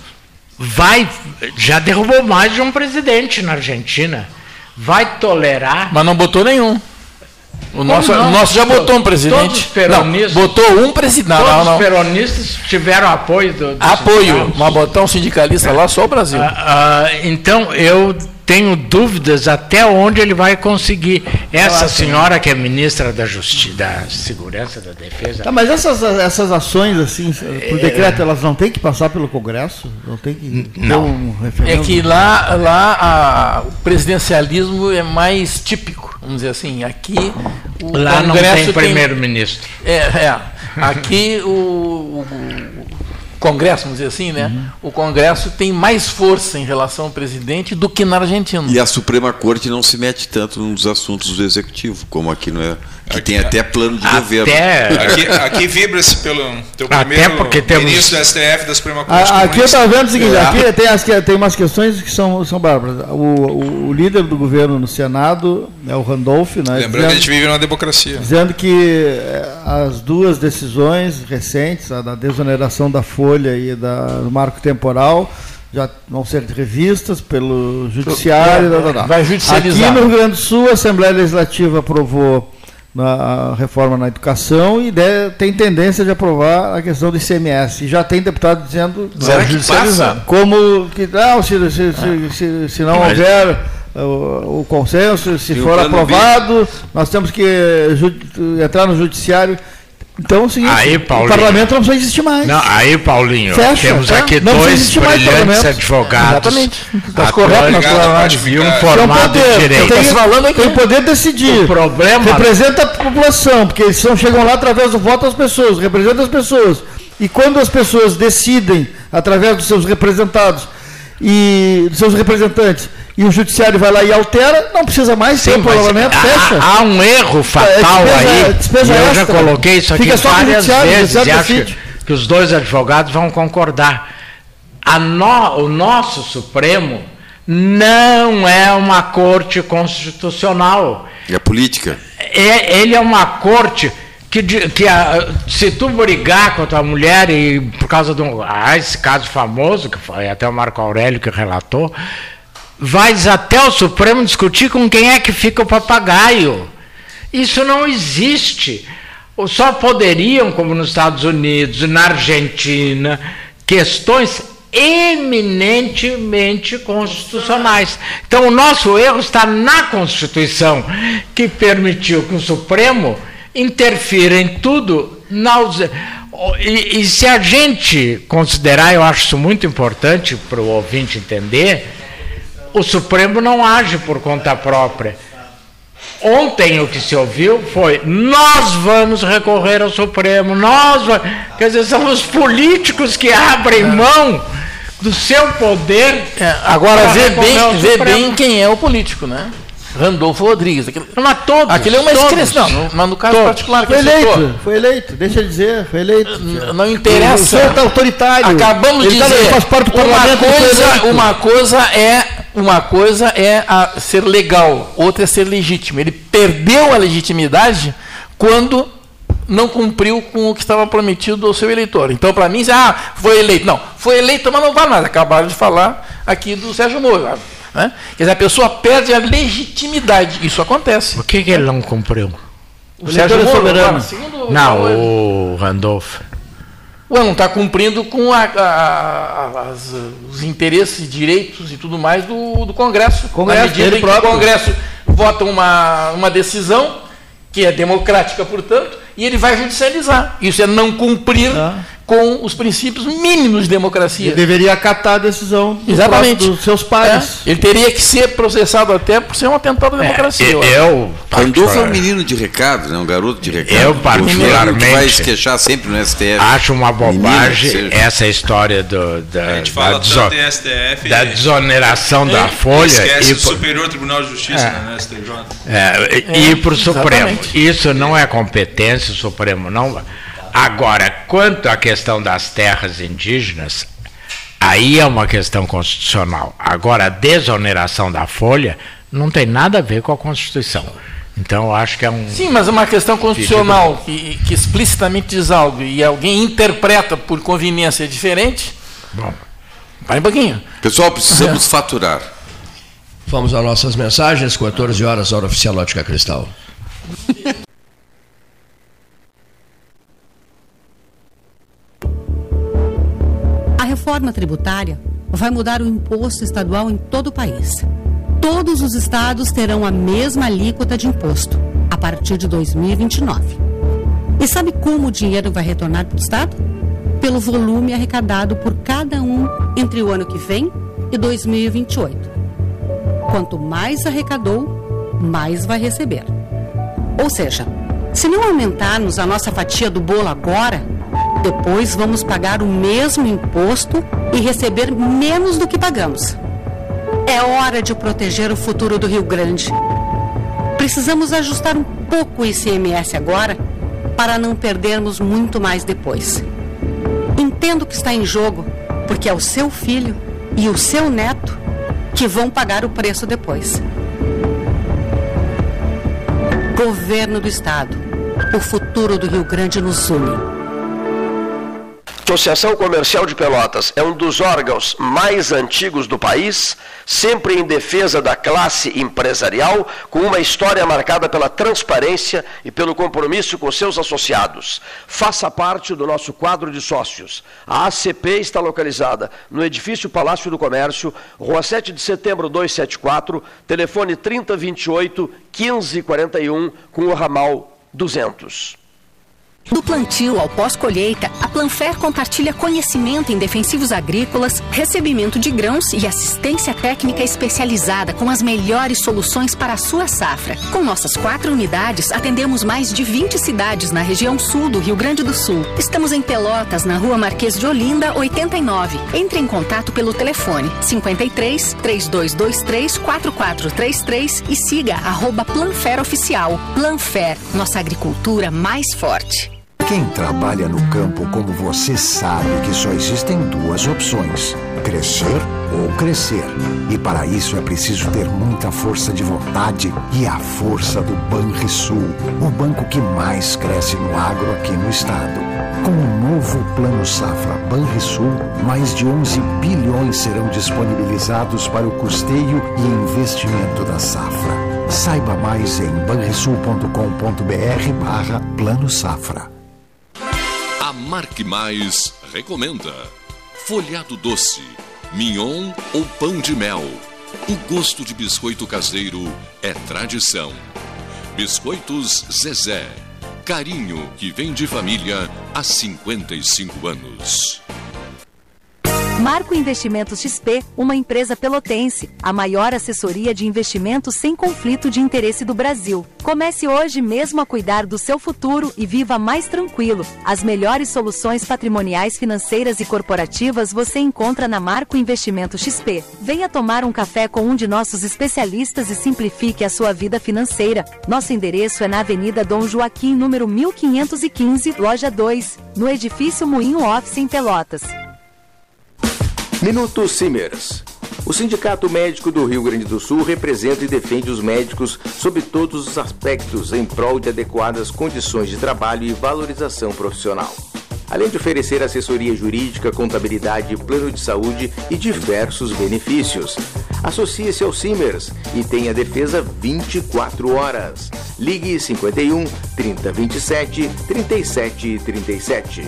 já derrubou mais de um presidente na Argentina. Vai tolerar. Mas não botou nenhum. O nosso já botou um presidente. Todos os peronistas. Botou um presidente. Todos os peronistas tiveram apoio do apoio, mas botar um sindicalista lá só o Brasil. Então, eu tenho dúvidas até onde ele vai conseguir. Essa senhora que é ministra da Justiça, da Segurança, da Defesa... Tá, mas essas ações, assim, por decreto, elas não têm que passar pelo Congresso? Não tem que ter um referendo? É que lá o presidencialismo é mais típico, vamos dizer assim. Aqui o lá Congresso não tem primeiro-ministro. Aqui o Congresso, vamos dizer assim, né? O Congresso tem mais força em relação ao presidente do que na Argentina. E a Suprema Corte não se mete tanto nos assuntos do Executivo, como aqui não é. Que tem até plano de governo. Aqui vibra-se pelo teu primeiro ministro da STF, da Suprema Corte. Aqui eu estava vendo o seguinte, aqui tem umas questões que são bárbaras. O líder do governo no Senado é o Randolph, né? Lembrando que a gente vive numa democracia. Dizendo que as duas decisões recentes, a da desoneração da folha e do marco temporal, já vão ser revistas pelo Judiciário. Vai judicializar. Aqui no Rio Grande do Sul, a Assembleia Legislativa aprovou a reforma na educação e tem tendência de aprovar a questão do ICMS. E já tem deputado dizendo como que não, se não houver o consenso, se for aprovado, nós temos que entrar no Judiciário. Então, é o seguinte, aí, o parlamento não precisa existir mais. Não, aí, Paulinho, temos aqui dois brilhantes advogados. Exatamente. Está correto na sua análise. E um formado em direito. Tem poder de decidir. O problema... Representa a população, porque eles chegam lá através do voto das pessoas, representam as pessoas. E quando as pessoas decidem, através dos seus representados e dos seus representantes, e o judiciário vai lá e altera, não precisa mais ter o parlamento, fecha. Há um erro fatal despesa aí, eu já coloquei isso aqui várias vezes, e acho que os dois advogados vão concordar. O nosso Supremo não é uma corte constitucional. É política. Ele é uma corte que se tu brigar com a tua mulher, e por causa de esse caso famoso, que foi até o Marco Aurélio que relatou, vais até o Supremo discutir com quem é que fica o papagaio. Isso não existe. Só poderiam, como nos Estados Unidos, na Argentina, questões eminentemente constitucionais. Então, o nosso erro está na Constituição, que permitiu que o Supremo interfira em tudo. E se a gente considerar, eu acho isso muito importante para o ouvinte entender, o Supremo não age por conta própria. Ontem o que se ouviu foi: nós vamos recorrer ao Supremo, quer dizer, são os políticos que abrem mão do seu poder. Agora vê bem quem é o político, né? Randolfo Rodrigues. Aquele é uma excrescção, mas no caso particular que foi eleito, deixa eu dizer, foi eleito. Não interessa. O autoritário. Acabamos de dizer, uma coisa é ser legal, outra é ser legítimo. Ele perdeu a legitimidade quando não cumpriu com o que estava prometido ao seu eleitor. Então, para mim, foi eleito. Não, foi eleito, mas não vale nada. Acabaram de falar aqui do Sérgio Moro. Né? Quer dizer, a pessoa perde a legitimidade. Isso acontece. Por que ele não cumpriu? O Sérgio Moro, soberano. Não, o Randolph. Não está cumprindo com os interesses, direitos e tudo mais do Congresso. Na medida em que o Congresso vota uma decisão, que é democrática, portanto, e ele vai judicializar. Isso é não cumprir com os princípios mínimos de democracia. Ele deveria acatar a decisão dos seus pares. Ele teria que ser processado até por ser um atentado à democracia. Randolfo é um menino de recado, né? Um garoto de recado. Eu, particularmente, que vai se queixar sempre no STF. Acho uma bobagem essa história da desoneração da folha. Esquece o Superior Tribunal de Justiça, né? STJ. E para o Supremo. Isso não é competência, o Supremo não. Agora, quanto à questão das terras indígenas, aí é uma questão constitucional. Agora, a desoneração da folha não tem nada a ver com a Constituição. Então, eu acho que é um... Sim, mas é uma questão constitucional que explicitamente diz algo e alguém interpreta por conveniência diferente. Bom, vai um pouquinho. Pessoal, precisamos faturar. Vamos às nossas mensagens, 14 horas, hora oficial Ótica Cristal. A reforma tributária vai mudar o imposto estadual em todo o país. Todos os estados terão a mesma alíquota de imposto, a partir de 2029. E sabe como o dinheiro vai retornar para o estado? Pelo volume arrecadado por cada um entre o ano que vem e 2028. Quanto mais arrecadou, mais vai receber. Ou seja, se não aumentarmos a nossa fatia do bolo agora, depois vamos pagar o mesmo imposto e receber menos do que pagamos. É hora de proteger o futuro do Rio Grande. Precisamos ajustar um pouco o ICMS agora para não perdermos muito mais depois. Entendo o que está em jogo, porque é o seu filho e o seu neto que vão pagar o preço depois. Governo do Estado. O futuro do Rio Grande nos une. Associação Comercial de Pelotas é um dos órgãos mais antigos do país, sempre em defesa da classe empresarial, com uma história marcada pela transparência e pelo compromisso com seus associados. Faça parte do nosso quadro de sócios. A ACP está localizada no edifício Palácio do Comércio, Rua 7 de Setembro 274, telefone 3028-1541, com o ramal 200. Do plantio ao pós-colheita, a Planfer compartilha conhecimento em defensivos agrícolas, recebimento de grãos e assistência técnica especializada com as melhores soluções para a sua safra. Com nossas 4 unidades, atendemos mais de 20 cidades na região sul do Rio Grande do Sul. Estamos em Pelotas, na Rua Marquês de Olinda, 89. Entre em contato pelo telefone 53 3223 4433 e siga @PlanferOficial. Planfer, nossa agricultura mais forte. Quem trabalha no campo como você sabe que só existem 2 opções: crescer ou crescer. E para isso é preciso ter muita força de vontade e a força do Banrisul, o banco que mais cresce no agro aqui no estado. Com o novo Plano Safra Banrisul, mais de 11 bilhões serão disponibilizados para o custeio e investimento da safra. Saiba mais em banrisul.com.br/Plano Safra. A Marque Mais recomenda folhado doce, mignon ou pão de mel. O gosto de biscoito caseiro é tradição. Biscoitos Zezé, carinho que vem de família há 55 anos. Marco Investimentos XP, uma empresa pelotense, a maior assessoria de investimentos sem conflito de interesse do Brasil. Comece hoje mesmo a cuidar do seu futuro e viva mais tranquilo. As melhores soluções patrimoniais, financeiras e corporativas você encontra na Marco Investimentos XP. Venha tomar um café com um de nossos especialistas e simplifique a sua vida financeira. Nosso endereço é na Avenida Dom Joaquim, número 1515, loja 2, no edifício Moinho Office em Pelotas. Minuto Simers. O Sindicato Médico do Rio Grande do Sul representa e defende os médicos sob todos os aspectos em prol de adequadas condições de trabalho e valorização profissional. Além de oferecer assessoria jurídica, contabilidade, plano de saúde e diversos benefícios. Associe-se ao Simers e tenha defesa 24 horas. Ligue 51 3027 3737.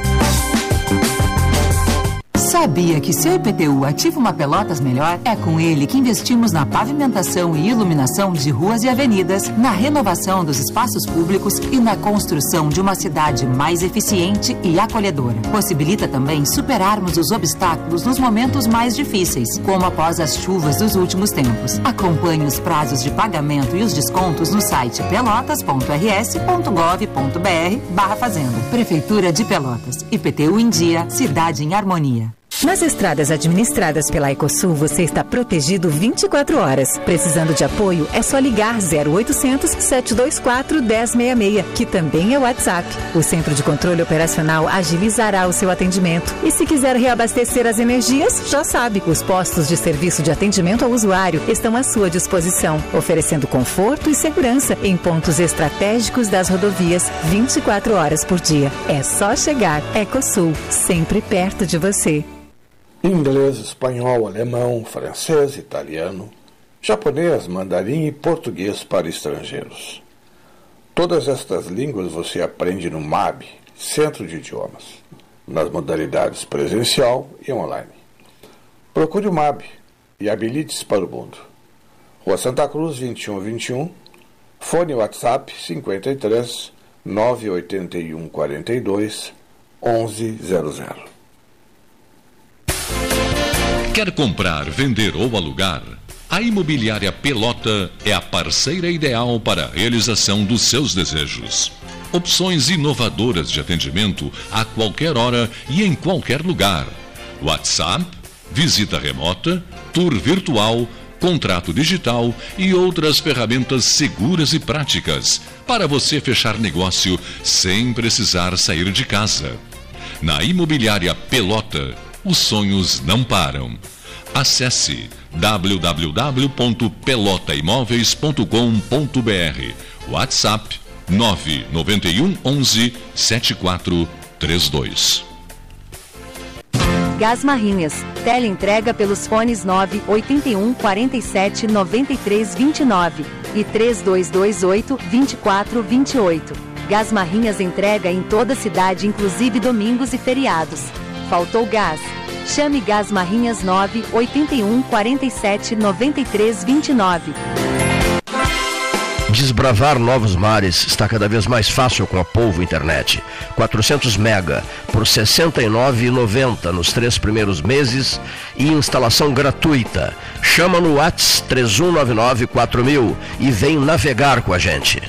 Sabia que seu IPTU ativa uma Pelotas melhor? É com ele que investimos na pavimentação e iluminação de ruas e avenidas, na renovação dos espaços públicos e na construção de uma cidade mais eficiente e acolhedora. Possibilita também superarmos os obstáculos nos momentos mais difíceis, como após as chuvas dos últimos tempos. Acompanhe os prazos de pagamento e os descontos no site pelotas.rs.gov.br/fazenda. Prefeitura de Pelotas. IPTU em dia, cidade em harmonia. Nas estradas administradas pela Ecosul, você está protegido 24 horas. Precisando de apoio, é só ligar 0800 724 1066, que também é o WhatsApp. O Centro de Controle Operacional agilizará o seu atendimento. E se quiser reabastecer as energias, já sabe, os postos de serviço de atendimento ao usuário estão à sua disposição, oferecendo conforto e segurança em pontos estratégicos das rodovias 24 horas por dia. É só chegar. Ecosul, sempre perto de você. Inglês, espanhol, alemão, francês, italiano, japonês, mandarim e português para estrangeiros. Todas estas línguas você aprende no MAB, Centro de Idiomas, nas modalidades presencial e online. Procure o MAB e habilite-se para o mundo. Rua Santa Cruz, 2121, fone WhatsApp 53 981 42 1100. Quer comprar, vender ou alugar? A Imobiliária Pelota é a parceira ideal para a realização dos seus desejos. Opções inovadoras de atendimento a qualquer hora e em qualquer lugar. WhatsApp, visita remota, tour virtual, contrato digital e outras ferramentas seguras e práticas para você fechar negócio sem precisar sair de casa. Na Imobiliária Pelota, os sonhos não param. Acesse www.pelotaimoveis.com.br. WhatsApp 991 11 7432. Gás Marrinhas. Teleentrega pelos fones 981 47 93 29 e 3228 24 28. Gás Marrinhas entrega em toda a cidade, inclusive domingos e feriados. Faltou gás? Chame Gás Marrinhas 981 47 93 29. Desbravar novos mares está cada vez mais fácil com a Polvo Internet. 400 mega por R$ 69,90 nos 3 primeiros meses e instalação gratuita. Chama no WhatsApp 3199-4000 e vem navegar com a gente.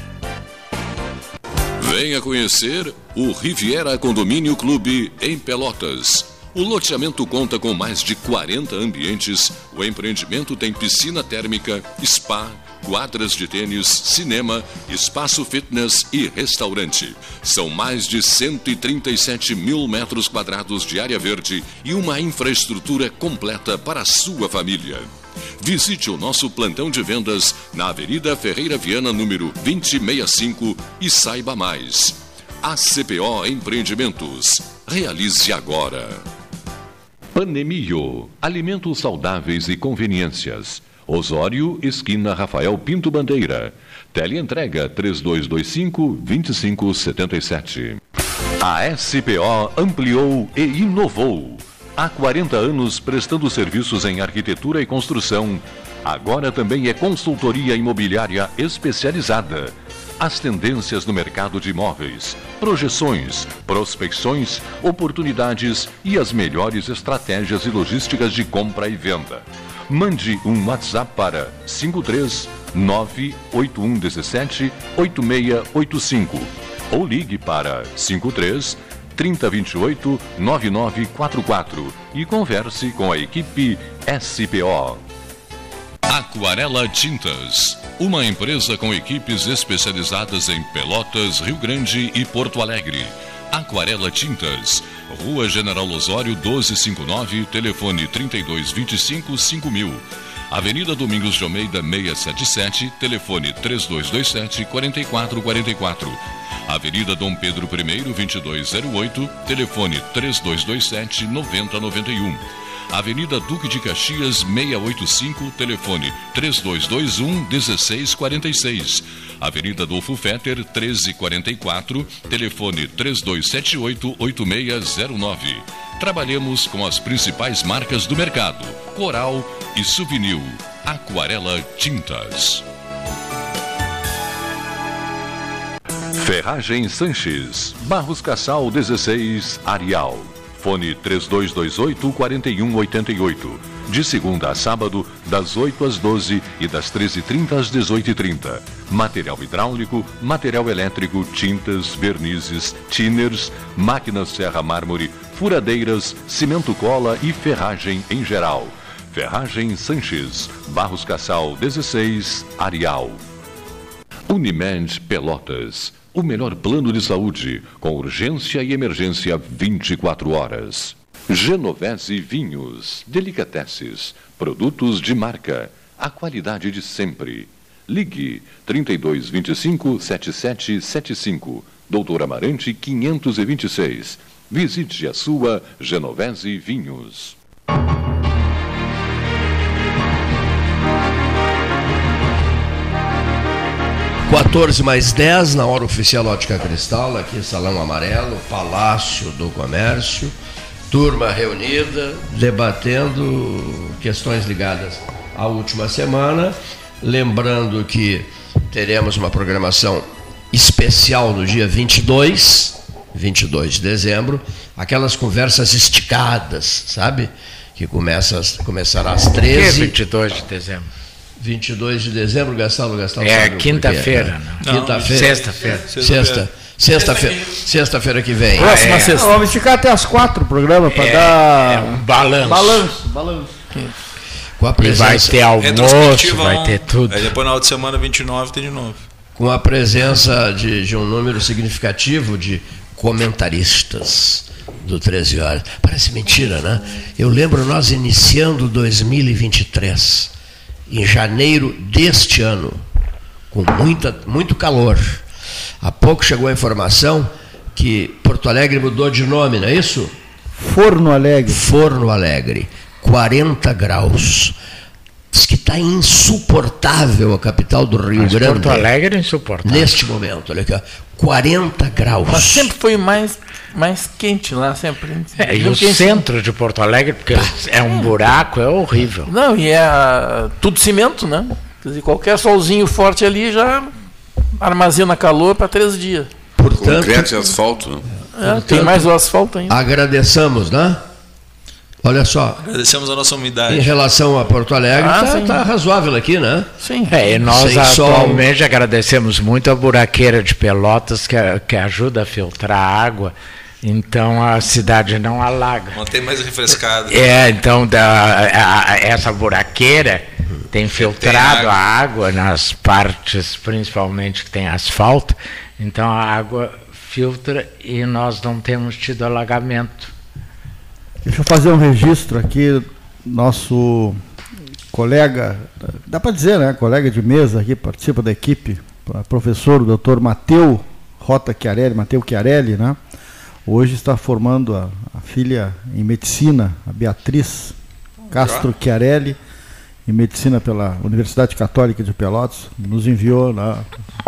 Venha conhecer o Riviera Condomínio Clube em Pelotas. O loteamento conta com mais de 40 ambientes. O empreendimento tem piscina térmica, spa, quadras de tênis, cinema, espaço fitness e restaurante. São mais de 137 mil metros quadrados de área verde e uma infraestrutura completa para a sua família. Visite o nosso plantão de vendas na Avenida Ferreira Viana, número 2065 e saiba mais. ACPO Empreendimentos. Realize agora. Panemio. Alimentos saudáveis e conveniências. Osório, esquina Rafael Pinto Bandeira. Teleentrega 3225-2577. A SPO ampliou e inovou. Há 40 anos prestando serviços em arquitetura e construção. Agora também é consultoria imobiliária especializada. As tendências no mercado de imóveis, projeções, prospecções, oportunidades e as melhores estratégias e logísticas de compra e venda. Mande um WhatsApp para 53981178685 ou ligue para 53-3028-9944 e converse com a equipe SPO. Aquarela Tintas, uma empresa com equipes especializadas em Pelotas, Rio Grande e Porto Alegre. Aquarela Tintas, Rua General Osório 1259, telefone 3225-5000. Avenida Domingos de Almeida 677, telefone 3227-4444. Avenida Dom Pedro I 2208, telefone 3227-9091. Avenida Duque de Caxias 685, telefone 3221-1646. Avenida Adolfo Fetter 1344, telefone 3278-8609. Trabalhamos com as principais marcas do mercado: Coral e Souvenir. Aquarela Tintas. Ferragem Sanches, Barros Cassal 16, Arial. Fone 3228-4188. De segunda a sábado, das 8 às 12 e das 13h30 às 18h30. Material hidráulico, material elétrico, tintas, vernizes, tinners, máquinas serra mármore, furadeiras, cimento cola e ferragem em geral. Ferragem Sanches, Barros Cassal 16, Arial. Unimed Pelotas. O melhor plano de saúde, com urgência e emergência 24 horas. Genovese Vinhos, Delicateces, produtos de marca, a qualidade de sempre. Ligue 3225-7775, Doutor Amarante 526. Visite a sua Genovese Vinhos. 14:10 na hora oficial Ótica Cristal, aqui Salão Amarelo, Palácio do Comércio, turma reunida, debatendo questões ligadas à última semana. Lembrando que teremos uma programação especial no dia 22 de dezembro, aquelas conversas esticadas, sabe? Que começará às 13. Que é 22 de dezembro? 22 de dezembro, Gastalo. É quinta-feira, não? Quinta-feira. Sexta-feira que vem. Próxima sexta. Vamos esticar até às 4 o programa para dar um balanço. Com a presença, vai ter almoço, vai ter tudo. Aí depois na outra semana, 29, tem de novo. Com a presença de um número significativo de comentaristas do 13 Horas. Parece mentira, né? Eu lembro nós iniciando 2023, em janeiro deste ano, com muito calor. Há pouco chegou a informação que Porto Alegre mudou de nome, não é isso? Forno Alegre, 40 graus. Diz que está insuportável a capital do Rio Grande. Porto Alegre é insuportável. Neste momento, olha aqui, 40 graus. Mas sempre foi mais quente lá, sempre. E o centro de Porto Alegre, porque é um buraco, é horrível. Não, e é tudo cimento, né? Quer dizer, qualquer solzinho forte ali já armazena calor para 3 dias. Portanto, concreto e asfalto. Tem mais o asfalto ainda. Agradeçamos, né? Olha só. Agradecemos a nossa umidade. Em relação a Porto Alegre, está razoável aqui, né? Sim. E nós atualmente agradecemos muito a buraqueira de Pelotas, que ajuda a filtrar a água. Então a cidade não alaga. Mantém mais refrescado. Então essa buraqueira tem filtrado a água nas partes, principalmente que tem asfalto. Então a água filtra e nós não temos tido alagamento. Deixa eu fazer um registro aqui, nosso colega, dá para dizer, né, colega de mesa aqui, participa da equipe, professor, o Dr. Mateu Chiarelli, né, hoje está formando a filha em medicina, a Beatriz Castro Chiarelli, em medicina pela Universidade Católica de Pelotas, nos enviou lá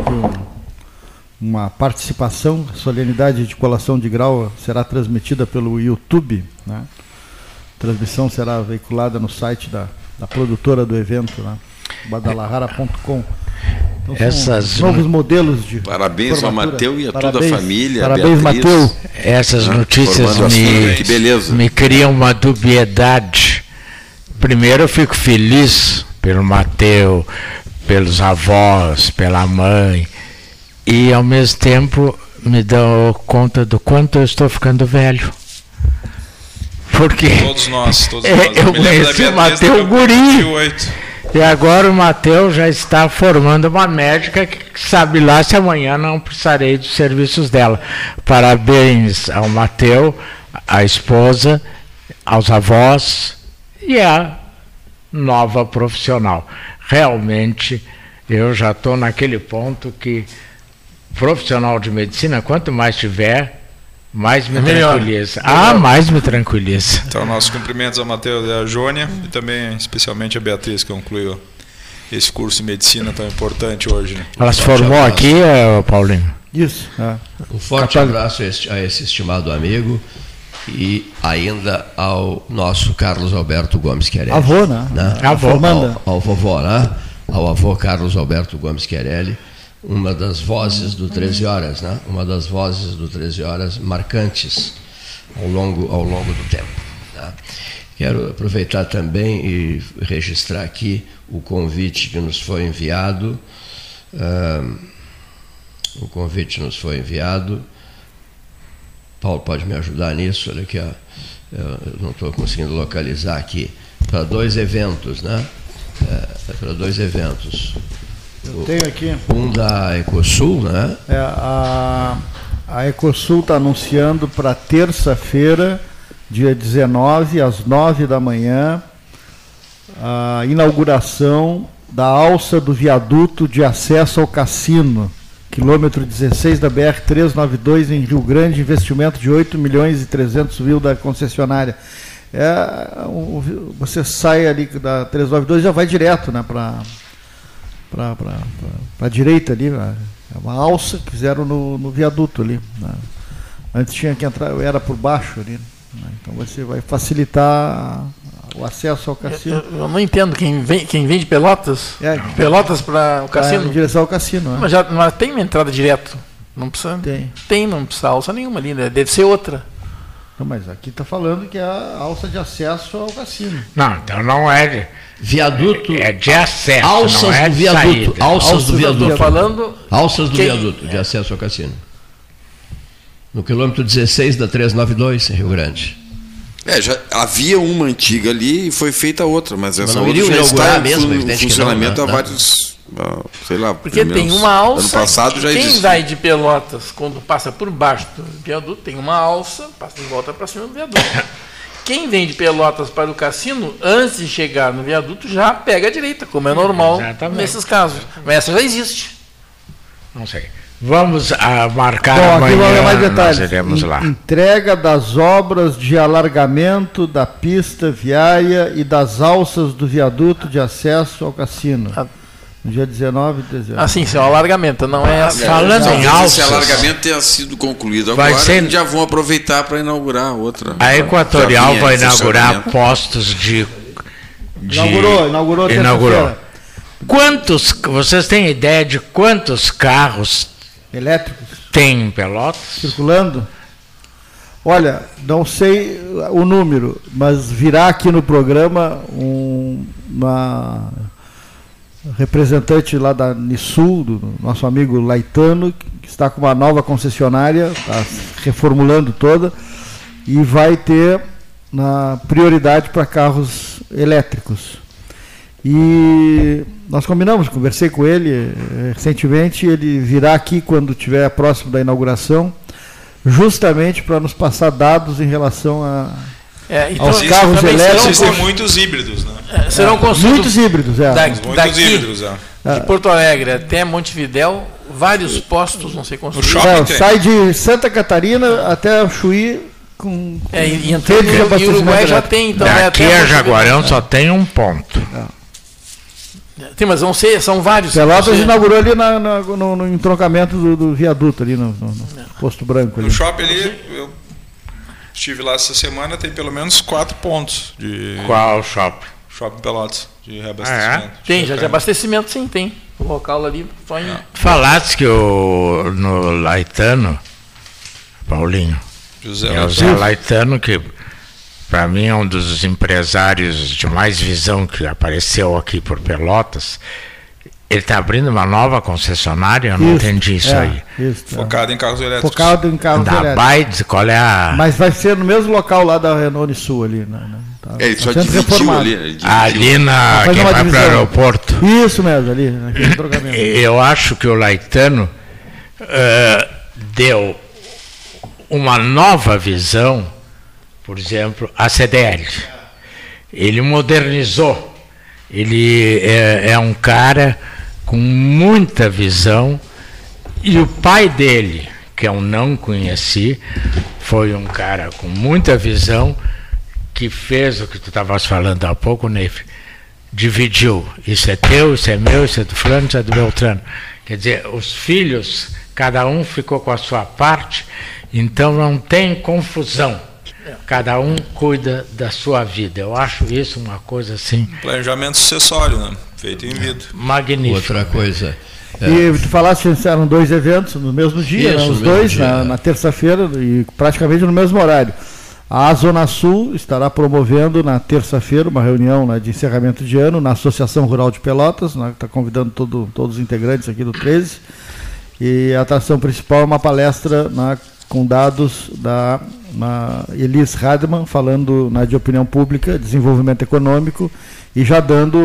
uma participação, a solenidade de colação de grau será transmitida pelo YouTube, né? A transmissão será veiculada no site da produtora do evento, né? badalahara.com. Então, essas novos modelos de parabéns ao Mateu e a toda a família. Parabéns, Mateu. Essas notícias me criam uma dubiedade. Primeiro eu fico feliz pelo Mateu, pelos avós, pela mãe, e ao mesmo tempo me dou conta do quanto eu estou ficando velho. Porque todos nós. Eu conheci o Mateu guri. E agora o Mateu já está formando uma médica que sabe lá se amanhã não precisarei dos serviços dela. Parabéns ao Mateu, à esposa, aos avós e à nova profissional. Realmente eu já estou naquele ponto que profissional de medicina, quanto mais tiver, mais me tranquiliza. Mais me tranquiliza. Então, nossos cumprimentos ao Matheus e à Jônia, e também especialmente a Beatriz, que concluiu esse curso de medicina tão importante hoje. Né? Ela se formou aqui, Paulinho? Isso. Um forte abraço a esse estimado amigo e ainda ao nosso Carlos Alberto Gomes Chiarelli. Avô, né? Ao vovô, né? Ao avô Carlos Alberto Gomes Chiarelli. Uma das vozes do 13 Horas, né? Uma das vozes do 13 Horas marcantes ao longo do tempo. Tá? Quero aproveitar também e registrar aqui o convite que nos foi enviado. Paulo pode me ajudar nisso, olha aqui, ó. Eu não estou conseguindo localizar aqui. Para 2 eventos, né? Para 2 eventos. Eu tenho aqui. Um da Ecosul, né? A Ecosul está anunciando para terça-feira, dia 19, às 9 da manhã, a inauguração da alça do viaduto de acesso ao cassino, quilômetro 16 da BR-392 em Rio Grande, investimento de 8.300.000 da concessionária. Você sai ali da 392 e já vai direto, né, para a direita ali, é uma alça que fizeram no viaduto ali, né? Antes tinha que entrar, era por baixo ali, né? Então você vai facilitar o acesso ao cassino. Eu não entendo quem vem de Pelotas. Pelotas para o cassino. Em direção ao cassino. Mas tem uma entrada direto. Não precisa. Não precisa alça nenhuma ali, né? Deve ser outra. Não, mas aqui está falando que é a alça de acesso ao cassino. Não, então não é viaduto. É de acesso. Alças não é do viaduto. Saída. Alças do viaduto. Falando. Alças do viaduto de acesso ao cassino. No quilômetro 16 da 392, em Rio Grande. Já havia uma antiga ali e foi feita outra, mas essa não outra já está em funcionamento há vários, sei lá, porque tem uma alça. Ano passado já quem existe. vai de Pelotas, quando passa por baixo do viaduto, tem uma alça, passa de volta para cima do viaduto. Quem vem de Pelotas para o cassino, antes de chegar no viaduto, já pega a direita, como é normal nesses casos. Mas essa já existe. Não sei. Vamos marcar amanhã, aqui mais detalhes. Nós iremos lá. Entrega das obras de alargamento da pista viária e das alças do viaduto de acesso ao cassino. No dia 19 de dezembro. Sim, isso é um alargamento, não é... Falando em alças... Esse alargamento tenha sido concluído agora, já vão aproveitar para inaugurar outra. A Equatorial vai inaugurar postos de... Inaugurou Vocês têm ideia de quantos carros elétricos tem em Pelotas? Circulando? Olha, não sei o número, mas virá aqui no programa uma representante lá da Nissul, do nosso amigo Laitano, que está com uma nova concessionária, está reformulando toda, e vai ter na prioridade para carros elétricos. E nós combinamos, conversei com ele recentemente, ele virá aqui quando estiver próximo da inauguração, justamente para nos passar dados em relação aos carros elétricos. Existem muitos híbridos, né? Serão construídos muitos híbridos, muitos híbridos, de Porto Alegre até Montevidéu, vários postos vão ser construídos. Sai de Santa Catarina até Chuí. E o Uruguai já tem, então. Daqui a Jaguarão só tem um ponto. Tem, mas são vários. Pelotas inaugurou ali no entroncamento do viaduto, ali no Posto Branco. Ali. No shopping ali, eu estive lá essa semana, tem pelo menos 4 pontos. Qual shopping? Shopping Pelotas, de reabastecimento. Tem, já de abastecimento, sim, tem. O local ali só em... Falaste que no Laitano, Paulinho, José Laitano, que para mim é um dos empresários de mais visão que apareceu aqui por Pelotas. Ele está abrindo uma nova concessionária, eu não entendi isso aí. Focado em carros elétricos. Focado em carros elétricos. Bytes, qual é a... Mas vai ser no mesmo local lá da Renault Sul ali, né? Ele só dividiu ali. Ali quem vai para o aeroporto. Isso mesmo, ali, naquele trocamento. Eu acho que o Laitano deu uma nova visão, por exemplo, a CDL. Ele modernizou. Ele é um cara com muita visão, e o pai dele, que eu não conheci, foi um cara com muita visão, que fez o que tu estavas falando há pouco, Neif, dividiu, isso é teu, isso é meu, isso é do fulano, isso é do Beltrano. Quer dizer, os filhos, cada um ficou com a sua parte, então não tem confusão. Cada um cuida da sua vida. Eu acho isso uma coisa assim... Planejamento sucessório, né? Feito em vida. Magnífico. Outra coisa... E tu falaste que eram 2 eventos no mesmo dia, né? Os dois na terça-feira e praticamente no mesmo horário. A Zona Sul estará promovendo na terça-feira uma reunião de encerramento de ano na Associação Rural de Pelotas, está convidando todos os integrantes aqui do 13, e a atração principal é uma palestra com dados da Elis Radman, falando de opinião pública, desenvolvimento econômico, e já dando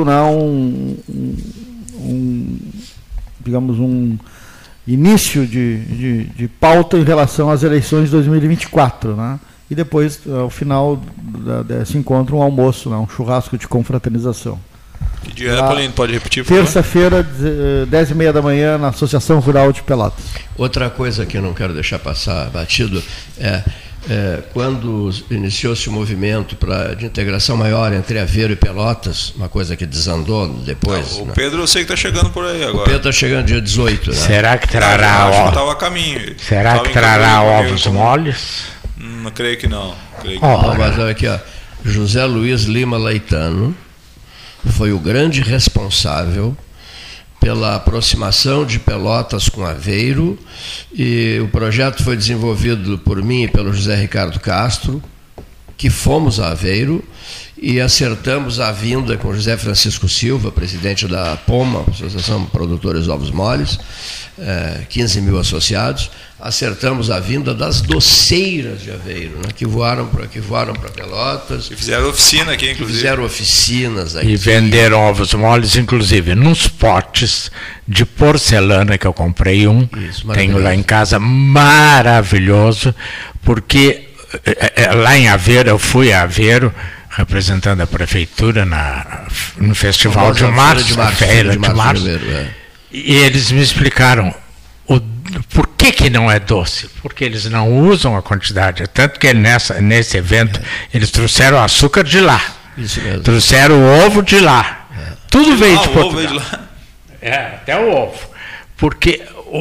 digamos, um início de pauta em relação às eleições de 2024, né? E depois, ao final desse encontro, um almoço, um churrasco de confraternização. Que dia é, Paulinho? Pode repetir, por favor? Terça-feira, 10h30 da manhã, na Associação Rural de Pelotas. Outra coisa que eu não quero deixar passar batido quando iniciou-se o movimento de integração maior entre Aveiro e Pelotas, uma coisa que desandou depois. O Pedro, eu sei que está chegando por aí agora. O Pedro está chegando dia 18. Né? Será que trará estava a caminho. Será que trará ovos moles? Não creio que não. Não, mas olha aqui, José Luiz Lima Laetano foi o grande responsável pela aproximação de Pelotas com Aveiro, e o projeto foi desenvolvido por mim e pelo José Ricardo Castro, que fomos a Aveiro e acertamos a vinda com José Francisco Silva, presidente da POMA, Associação de Produtores de Ovos Moles, 15 mil associados, acertamos a vinda das doceiras de Aveiro, né, que voaram para Pelotas. E fizeram oficina aqui, inclusive. Fizeram oficinas aqui. E venderam ovos moles, inclusive, nos potes de porcelana, que eu comprei tenho lá em casa, maravilhoso, porque lá em Aveiro, eu fui a Aveiro, representando a prefeitura no Festival de Março, na Feira de Março, e eles me explicaram por que não é doce, porque eles não usam a quantidade, tanto que nesse evento eles trouxeram açúcar de lá, trouxeram o ovo de lá, tudo veio de Portugal, até o ovo, porque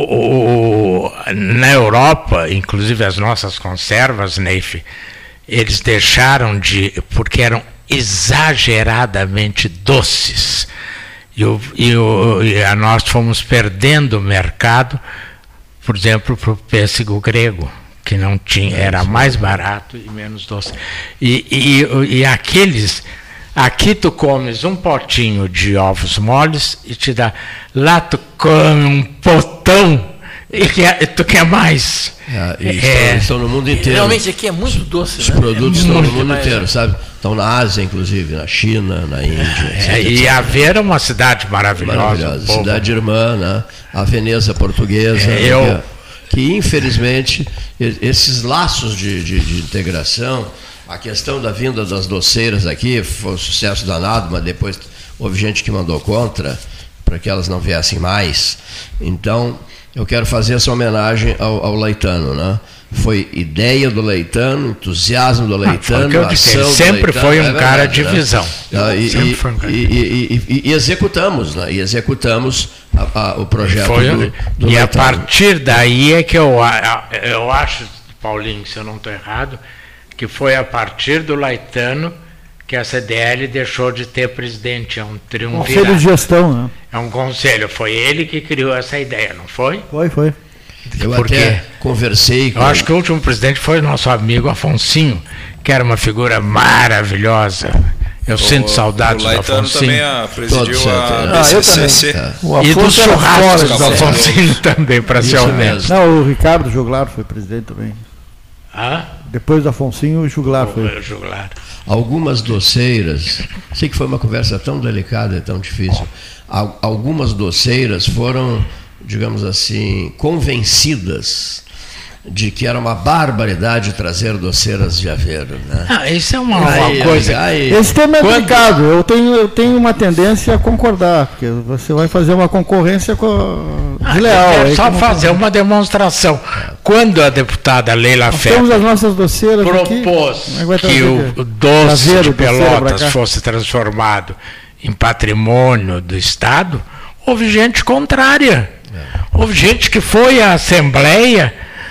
na Europa, inclusive as nossas conservas, Neif, eles deixaram porque eram exageradamente doces. E nós fomos perdendo o mercado, por exemplo, para o pêssego grego, que não tinha, era mais barato e menos doce. E aqueles... Aqui tu comes um potinho de ovos moles e te dá... Lá tu come um potão e tu quer mais. Estão no mundo inteiro. Realmente aqui é muito doce. Os produtos estão no mundo inteiro, sabe? Estão na Ásia, inclusive, na China, na Índia. E Aveiro é uma cidade maravilhosa. Cidade irmã, né? A Veneza portuguesa. Que infelizmente esses laços de integração, a questão da vinda das doceiras aqui foi um sucesso danado, mas depois houve gente que mandou contra para que elas não viessem mais. Então eu quero fazer essa homenagem ao Laetano, né? Foi ideia do Laetano, entusiasmo do Laetano, ação do sempre Laetano, foi um cara de visão. E executamos, né? E executamos o projeto do E Laetano. a partir daí é que eu acho, Paulinho, se eu não estou errado, que foi a partir do Laetano que a CDL deixou de ter presidente. É um triunvirato. Conselho de gestão, né? É um conselho. Foi ele que criou essa ideia, não foi? Foi. Eu até conversei com... Eu acho que o último presidente foi o nosso amigo Afonsinho, que era uma figura maravilhosa. Eu sinto saudades do Afonsinho. O Laetano também presidiu a BCCC. E dos churrascos do Afonsinho também, para ser honesto. Não, o Ricardo Juglar foi presidente também. Depois do Afonsinho, o Juglar foi. Algumas doceiras, sei que foi uma conversa tão delicada e tão difícil, algumas doceiras foram, digamos assim, convencidas de que era uma barbaridade trazer doceiras de Aveiro, né? Isso é uma coisa. Esse tema é delicado. Eu tenho uma tendência a concordar, porque você vai fazer uma concorrência desleal. Eu quero só fazer uma demonstração. Quando a deputada Leila Fetter temos as nossas doceiras propôs que o doce de Pelotas fosse transformado em patrimônio do Estado, houve gente contrária. Houve gente que foi à Assembleia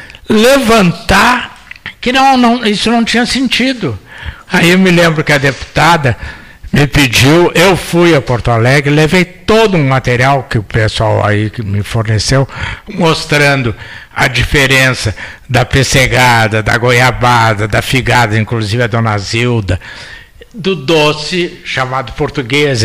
levantar que isso não tinha sentido. Aí eu me lembro que a deputada me pediu, eu fui a Porto Alegre, levei todo um material que o pessoal aí que me forneceu, mostrando a diferença da pessegada, da goiabada, da figada, inclusive a dona Zilda, do doce chamado português,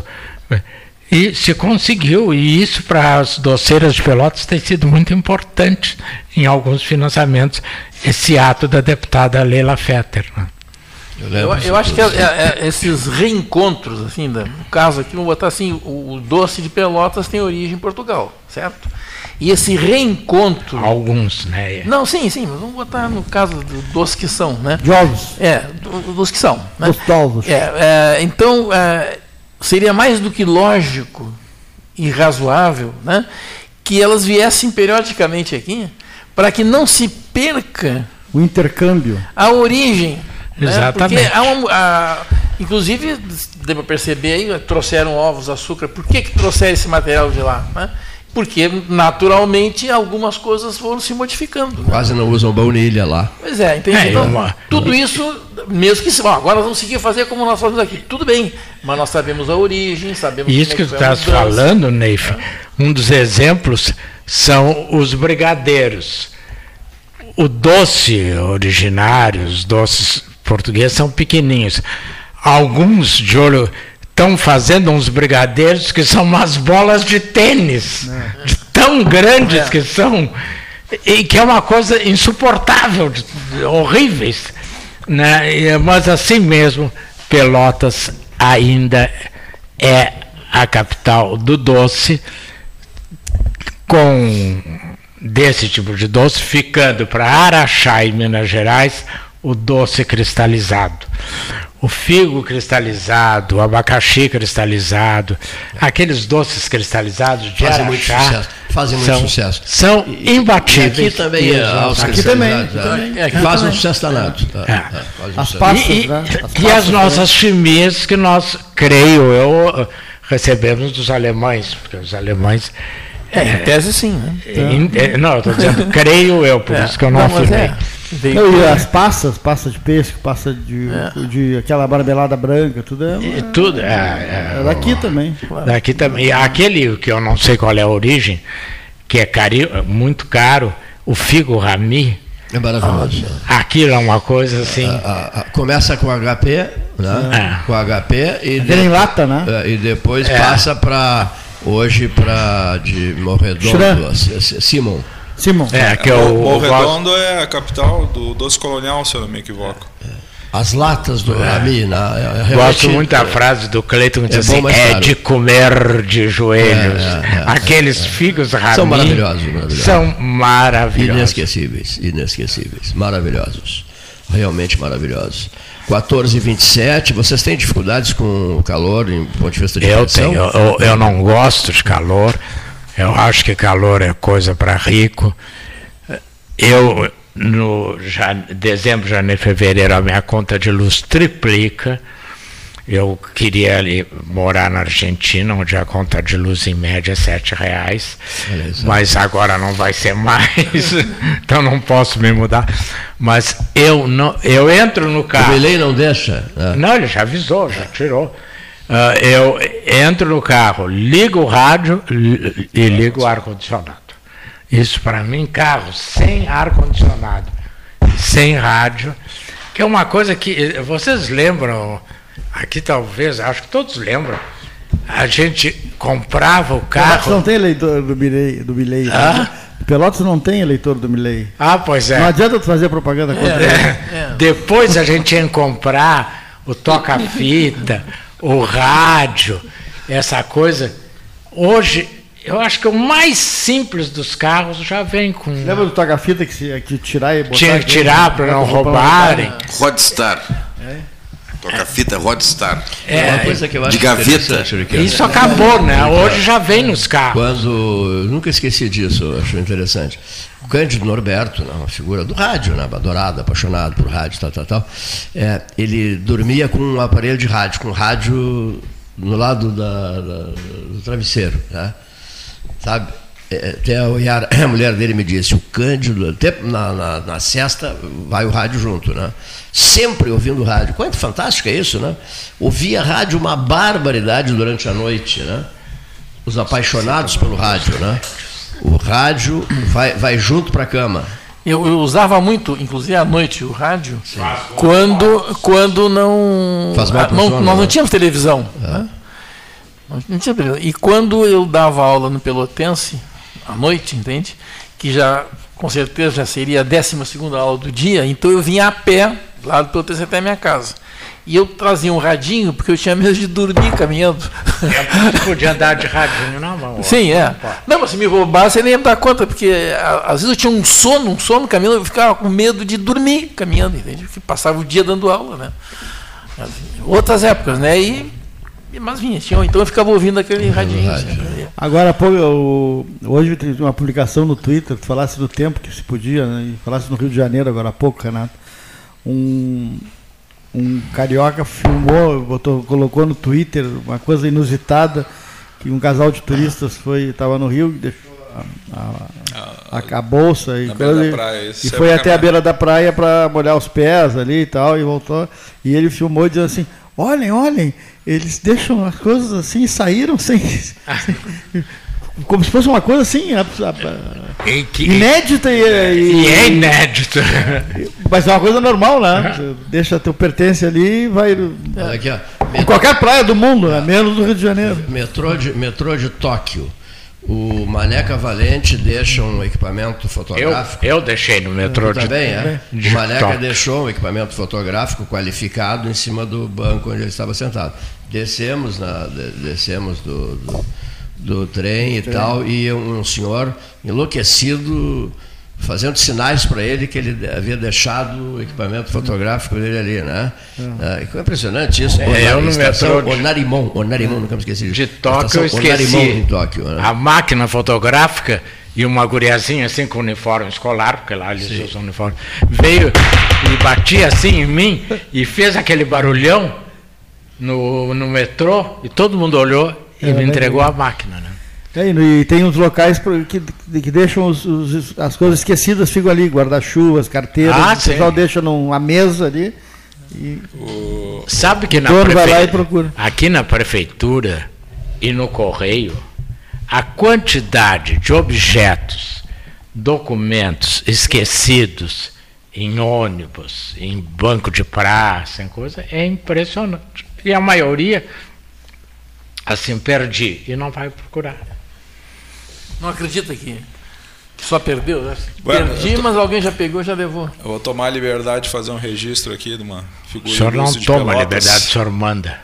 e se conseguiu, e isso para as doceiras de Pelotas tem sido muito importante em alguns financiamentos, esse ato da deputada Leila Fetter. Né? Eu acho que esses reencontros, assim, no caso aqui, vamos botar assim, o doce de Pelotas tem origem em Portugal, certo? E esse reencontro... Alguns, né? Não, sim, mas vamos botar no caso dos que são, né? De ovos. Dos que são. Né? Dos ovos. Então... seria mais do que lógico e razoável, né, que elas viessem periodicamente aqui, para que não se perca o intercâmbio, a origem. Exatamente. Né, porque inclusive, deu para perceber aí, trouxeram ovos, açúcar. Por que trouxeram esse material de lá? Né? porque naturalmente algumas coisas foram se modificando. Quase não usam baunilha lá. Pois é, entende? Então, tudo isso, mesmo que agora nós vamos seguir fazer como nós fazemos aqui. Tudo bem, mas nós sabemos a origem, sabemos... Isso que tu estás falando, Neif, um dos exemplos são os brigadeiros. O doce originário, os doces portugueses são pequeninhos. Alguns de olho estão fazendo uns brigadeiros que são umas bolas de tênis, tão grandes que são, e que é uma coisa insuportável, horríveis, né? Mas assim mesmo, Pelotas ainda é a capital do doce, com desse tipo de doce, ficando para Araxá e Minas Gerais o doce cristalizado. O figo cristalizado, o abacaxi cristalizado, aqueles doces cristalizados de Araxá fazem muito sucesso. São imbatíveis. E aqui também aqui também. Fazem um sucesso danado. As passas, e as nossas chimias que nós, creio eu, recebemos dos alemães, porque os alemães... em tese sim, né? Não, eu estou dizendo, creio eu, por isso que eu não afirmei. E as passas de peixe, passa de aquela barbelada branca, tudo é daqui também. Daqui também. Aquele que eu não sei qual é a origem, que é muito caro, o figo rami. É maravilhoso. Aquilo é uma coisa assim. Começa com HP, né? Com HP e em lata, né? E depois passa para de Morredondo, Simon. Que Morredondo é a capital do doce colonial, se eu não me equivoco. As latas do Rami, gosto muito da frase do Cleiton que diz assim: de comer de joelhos. Aqueles figos Rami são maravilhosos. São maravilhosos. Inesquecíveis. Maravilhosos. Realmente maravilhosos. 14h27, vocês têm dificuldades com o calor em ponto de vista de pressão? Eu não gosto de calor. Eu acho que calor é coisa para rico. Dezembro, janeiro, fevereiro, a minha conta de luz triplica. Eu queria ali morar na Argentina, onde a conta de luz em média é R$7, mas agora não vai ser mais, então não posso me mudar. Mas eu entro no carro. O Milei não deixa? Não, ele já avisou, já tirou. Eu entro no carro, ligo o rádio e ligo o ar-condicionado. Isso para mim, carro sem ar-condicionado, sem rádio, que é uma coisa que vocês lembram, aqui talvez, acho que todos lembram, a gente comprava o carro... Pelotas não tem eleitor do Milei. Né? Pelotas não tem eleitor do Milei. Pois é. Não adianta tu fazer propaganda contra ele. Depois a gente tinha que comprar o toca-fita, o rádio, essa coisa. Hoje, eu acho que o mais simples dos carros já vem com... Lembra do toca-fita que tirar e botar? Tinha que tirar para não roubarem. Rodstar. Toca-fita Rodstar. Uma coisa que eu acho de gaveta. Isso acabou, né? Hoje já vem nos carros. Eu nunca esqueci disso, eu acho interessante. O Cândido Norberto, uma figura do rádio, adorado, apaixonado por rádio, tal. Ele dormia com um aparelho de rádio, com rádio no lado do travesseiro, né? Sabe? Até a mulher dele me disse, o Cândido, até na cesta vai o rádio junto, né? Sempre ouvindo rádio. Quanto fantástico é isso, né? Ouvia rádio uma barbaridade durante a noite, né? Os apaixonados pelo rádio, né? O rádio vai junto para a cama. Eu usava muito, inclusive à noite, o rádio, quando não... Nós não tínhamos televisão. Né? Não tinha televisão. E quando eu dava aula no Pelotense, à noite, entende? Que já, com certeza, já seria a 12ª aula do dia, então eu vinha a pé, lá do Pelotense até a minha casa. E eu trazia um radinho, porque eu tinha medo de dormir caminhando. Podia andar de radinho na mão. Sim, Não, mas se me roubasse, eu nem ia me dar conta, porque às vezes eu tinha um sono caminhando, eu ficava com medo de dormir caminhando, entende? Eu passava o dia dando aula, né? Outras épocas, né? Mas vinha, então eu ficava ouvindo aquele radinho. Agora, hoje tem uma publicação no Twitter, tu falasse do tempo que se podia, né? E falasse no Rio de Janeiro agora há pouco, Renato. Um carioca filmou, colocou no Twitter uma coisa inusitada, que um casal de turistas estava no Rio, deixou a bolsa e foi até a beira da praia para molhar os pés ali e tal, e voltou, e ele filmou dizendo assim, olhem, eles deixam as coisas assim e saíram sem como se fosse uma coisa assim inédita e é inédito. Mas é uma coisa normal, né? Deixa teu pertence ali e vai aqui, em qualquer praia do mundo, né? Menos do Rio de Janeiro. Metrô de Tóquio. O Maneca Valente deixa um equipamento fotográfico. Eu deixei no metrô também, O Maneca deixou um equipamento fotográfico qualificado em cima do banco onde ele estava sentado. Descemos do trem e tal, e um senhor enlouquecido fazendo sinais para ele que ele havia deixado o equipamento fotográfico dele ali, né? É impressionante isso. Eu no metrô Onarimon, nunca me esqueci de Tóquio, eu esqueci em Tóquio, né? A máquina fotográfica e uma guriazinha assim com uniforme escolar, porque lá eles usam uniforme, veio e batia assim em mim e fez aquele barulhão no metrô e todo mundo olhou e me entregou a máquina, né? E tem uns locais que deixam as coisas esquecidas, ficam ali, guarda-chuvas, carteiras, o pessoal deixa numa mesa ali. Sabe que vai lá e procura. Aqui na prefeitura e no correio, a quantidade de objetos, documentos esquecidos em ônibus, em banco de praça, em coisa, é impressionante. E a maioria, assim, perdi e não vai procurar. Não acredita que só perdeu? Perdi, mas alguém já pegou, já levou. Eu vou tomar a liberdade de fazer um registro aqui de uma figura. O senhor não toma a liberdade, o senhor manda.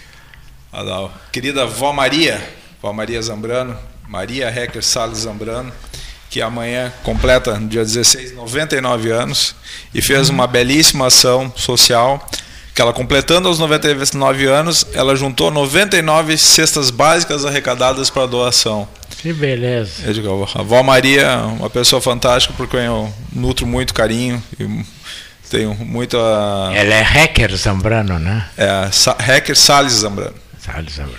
Querida Vó Maria Zambrano, Maria Hecker Salles Zambrano, que amanhã completa, no dia 16, 99 anos, e fez uma belíssima ação social, que ela, completando aos 99 anos, ela juntou 99 cestas básicas arrecadadas para doação. Que beleza. Eu digo, a Vó Maria, uma pessoa fantástica, porque eu nutro muito carinho e tenho muita... Ela é Hecker Zambrano, né? Hecker Salles Zambrano. Salles Zambrano.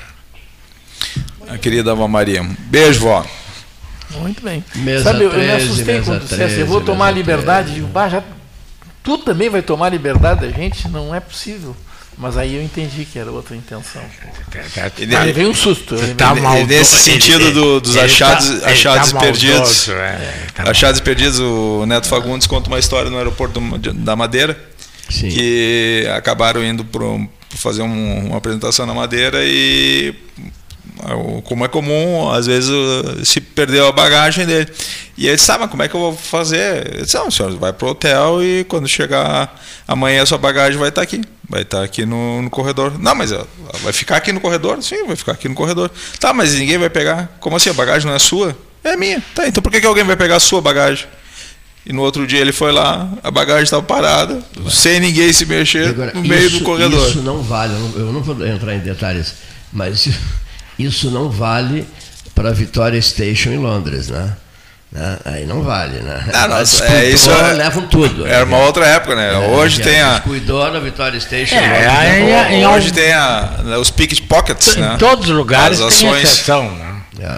A querida Vó Maria. Beijo, vó. Muito bem. Sabe, eu me assustei quando dissesse, eu vou tomar a liberdade. Digo, tu também vai tomar a liberdade da gente? Não é possível. Mas aí eu entendi que era outra intenção. Veio um susto. Nesse sentido dos achados e perdidos. Achados e perdidos, o Neto Fagundes conta uma história no aeroporto da Madeira. Sim. Que acabaram indo para fazer uma apresentação na Madeira e, como é comum, às vezes se perdeu a bagagem dele. E ele disse, mas como é que eu vou fazer? Ele disse, senhor, vai para o hotel e quando chegar amanhã a sua bagagem vai estar aqui. Vai estar aqui no corredor. Não, mas vai ficar aqui no corredor? Sim, vai ficar aqui no corredor. Tá, mas ninguém vai pegar. Como assim? A bagagem não é sua? É minha. Tá, então por que alguém vai pegar a sua bagagem? E no outro dia ele foi lá, a bagagem estava parada, sem ninguém se mexer, agora, no meio do corredor. Isso não vale, eu não vou entrar em detalhes, mas isso não vale para a Victoria Station em Londres, né? Aí não vale, né? Isso levam tudo. Era uma outra época, né? Hoje tem a... Cuidou na Victoria Station. Hoje tem os pickpockets, né? Em todos os lugares tem exceção, né?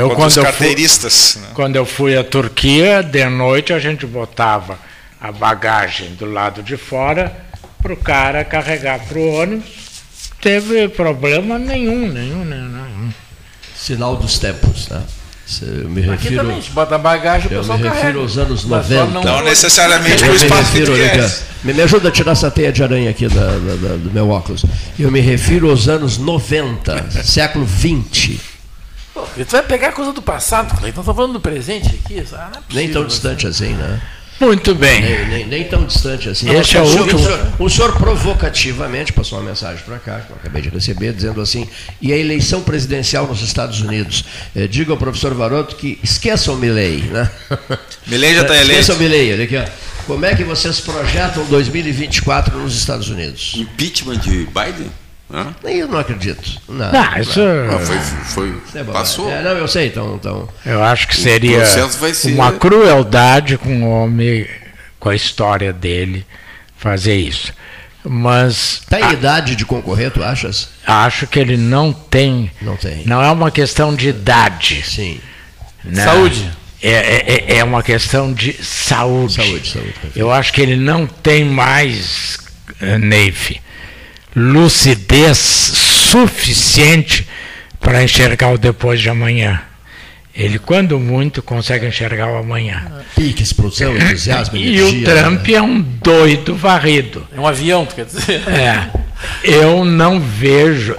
Quando eu fui à Turquia, de noite a gente botava a bagagem do lado de fora para o cara carregar para o ônibus. Teve problema nenhum. Sinal dos tempos, né? Eu me refiro, aqui também, bota a bagagem, o pessoal carrega. Eu me refiro aos anos 90. Não necessariamente o espaço que tu quer. Me ajuda a tirar essa teia de aranha aqui do meu óculos. Eu me refiro aos anos 90, século 20. Tu vai pegar coisa do passado, então estamos falando do presente aqui. Não é possível, nem tão distante assim, né? Muito bem. Nem tão distante assim. Esse é o último. O senhor provocativamente passou uma mensagem para cá, que eu acabei de receber, dizendo assim, e a eleição presidencial nos Estados Unidos? Diga ao professor Varoto que esqueçam o Milley, né? Milley já está eleito. Esqueçam o Milley, olha aqui, ó. Como é que vocês projetam 2024 nos Estados Unidos? Impeachment de Biden? Eu não acredito. Passou. Não, eu sei, então. Eu acho que seria uma crueldade com o homem, com a história dele, fazer isso. Mas está em idade de concorrer, tu achas? Acho que ele não tem. Não é uma questão de idade. Sim. Né? Saúde. É uma questão de saúde. Eu acho que ele não tem mais, Neif, lucidez suficiente para enxergar o depois de amanhã. Ele, quando muito, consegue enxergar o amanhã. Pique, explosão, entusiasmo, e energia, o Trump é um doido varrido. É um avião, tu quer dizer? Eu não vejo...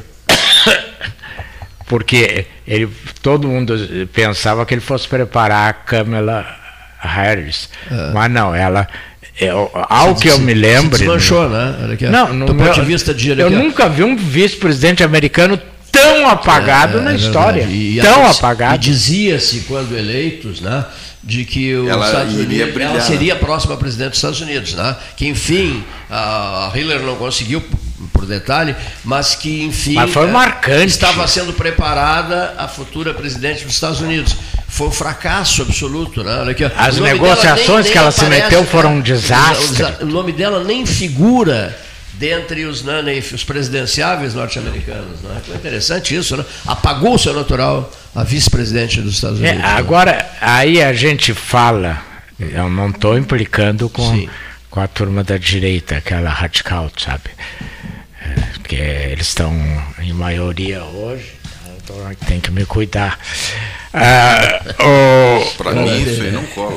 Porque todo mundo pensava que ele fosse preparar a Kamala Harris. Mas não, ela... ao que eu me lembro... Se desmanchou, né? Do ponto de vista de... Eu nunca vi um vice-presidente americano tão apagado na história. Tão apagado. E dizia-se, quando eleitos, né, de que ela seria a próxima presidente dos Estados Unidos. Né? Que, enfim, a Hillary não conseguiu, por detalhe, mas que, enfim, mas foi marcante. Estava sendo preparada a futura presidente dos Estados Unidos. Foi um fracasso absoluto. Né? Olha aqui, as negociações que ela se meteu foram um desastre. O nome dela nem figura dentre os presidenciáveis norte-americanos. Né? Foi interessante isso, né? Apagou o seu natural a vice-presidente dos Estados Unidos. Agora, aí a gente fala, eu não estou implicando com a turma da direita, aquela radical, sabe? Porque eles estão em maioria hoje, então tem que me cuidar. Para mim isso aí não cola.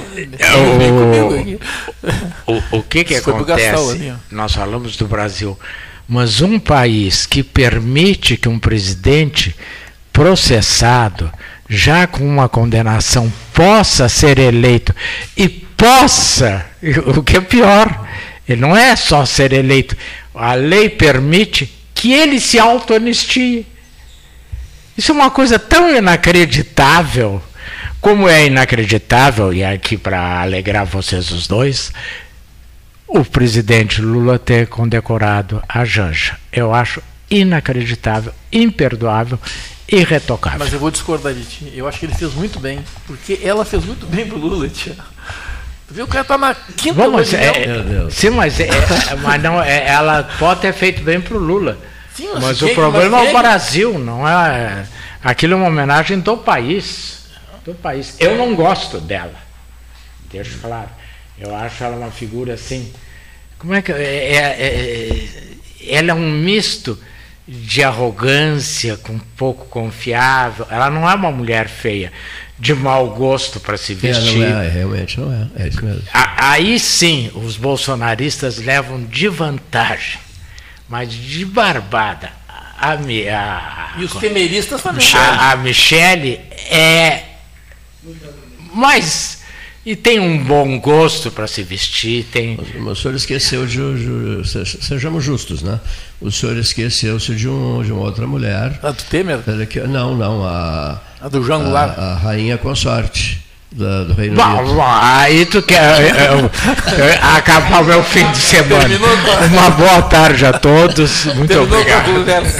O que acontece? Nós falamos do Brasil, mas um país que permite que um presidente processado, já com uma condenação, possa ser eleito e o que é pior, ele não é só ser eleito, a lei permite que ele se auto-anistie. Isso é uma coisa tão inacreditável, como é inacreditável, e aqui para alegrar vocês os dois, o presidente Lula ter condecorado a Janja. Eu acho inacreditável, imperdoável, irretocável. Mas eu vou discordar de ti. Eu acho que ele fez muito bem, porque ela fez muito bem pro Lula, tia. Tu viu, o cara tá na quinta lua de mel. Sim, mas não, ela pode ter feito bem pro Lula. Sim, mas o problema é o Brasil, não é? Aquilo é uma homenagem do país. Eu não gosto dela. Deixa claro. Eu acho ela uma figura assim. Como é que. Ela é um misto de arrogância com pouco confiável. Ela não é uma mulher feia, de mau gosto para se vestir. Realmente não é. É isso mesmo. Aí sim, os bolsonaristas levam de vantagem. Mas de barbada. E os temeristas também. A Michele é mais... E tem um bom gosto para se vestir. Mas o senhor esqueceu sejamos justos, né? O senhor esqueceu-se de uma outra mulher. A do Temer? Não. A do João Goulart. A rainha consorte do Reino Unido. Aí tu quer acabar o meu fim de semana. Uma boa tarde a todos. Muito obrigado.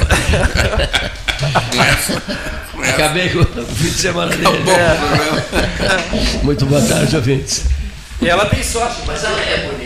Acabei com o fim de semana dele. Muito boa tarde, ouvintes. E ela tem sorte, mas ela é bonita.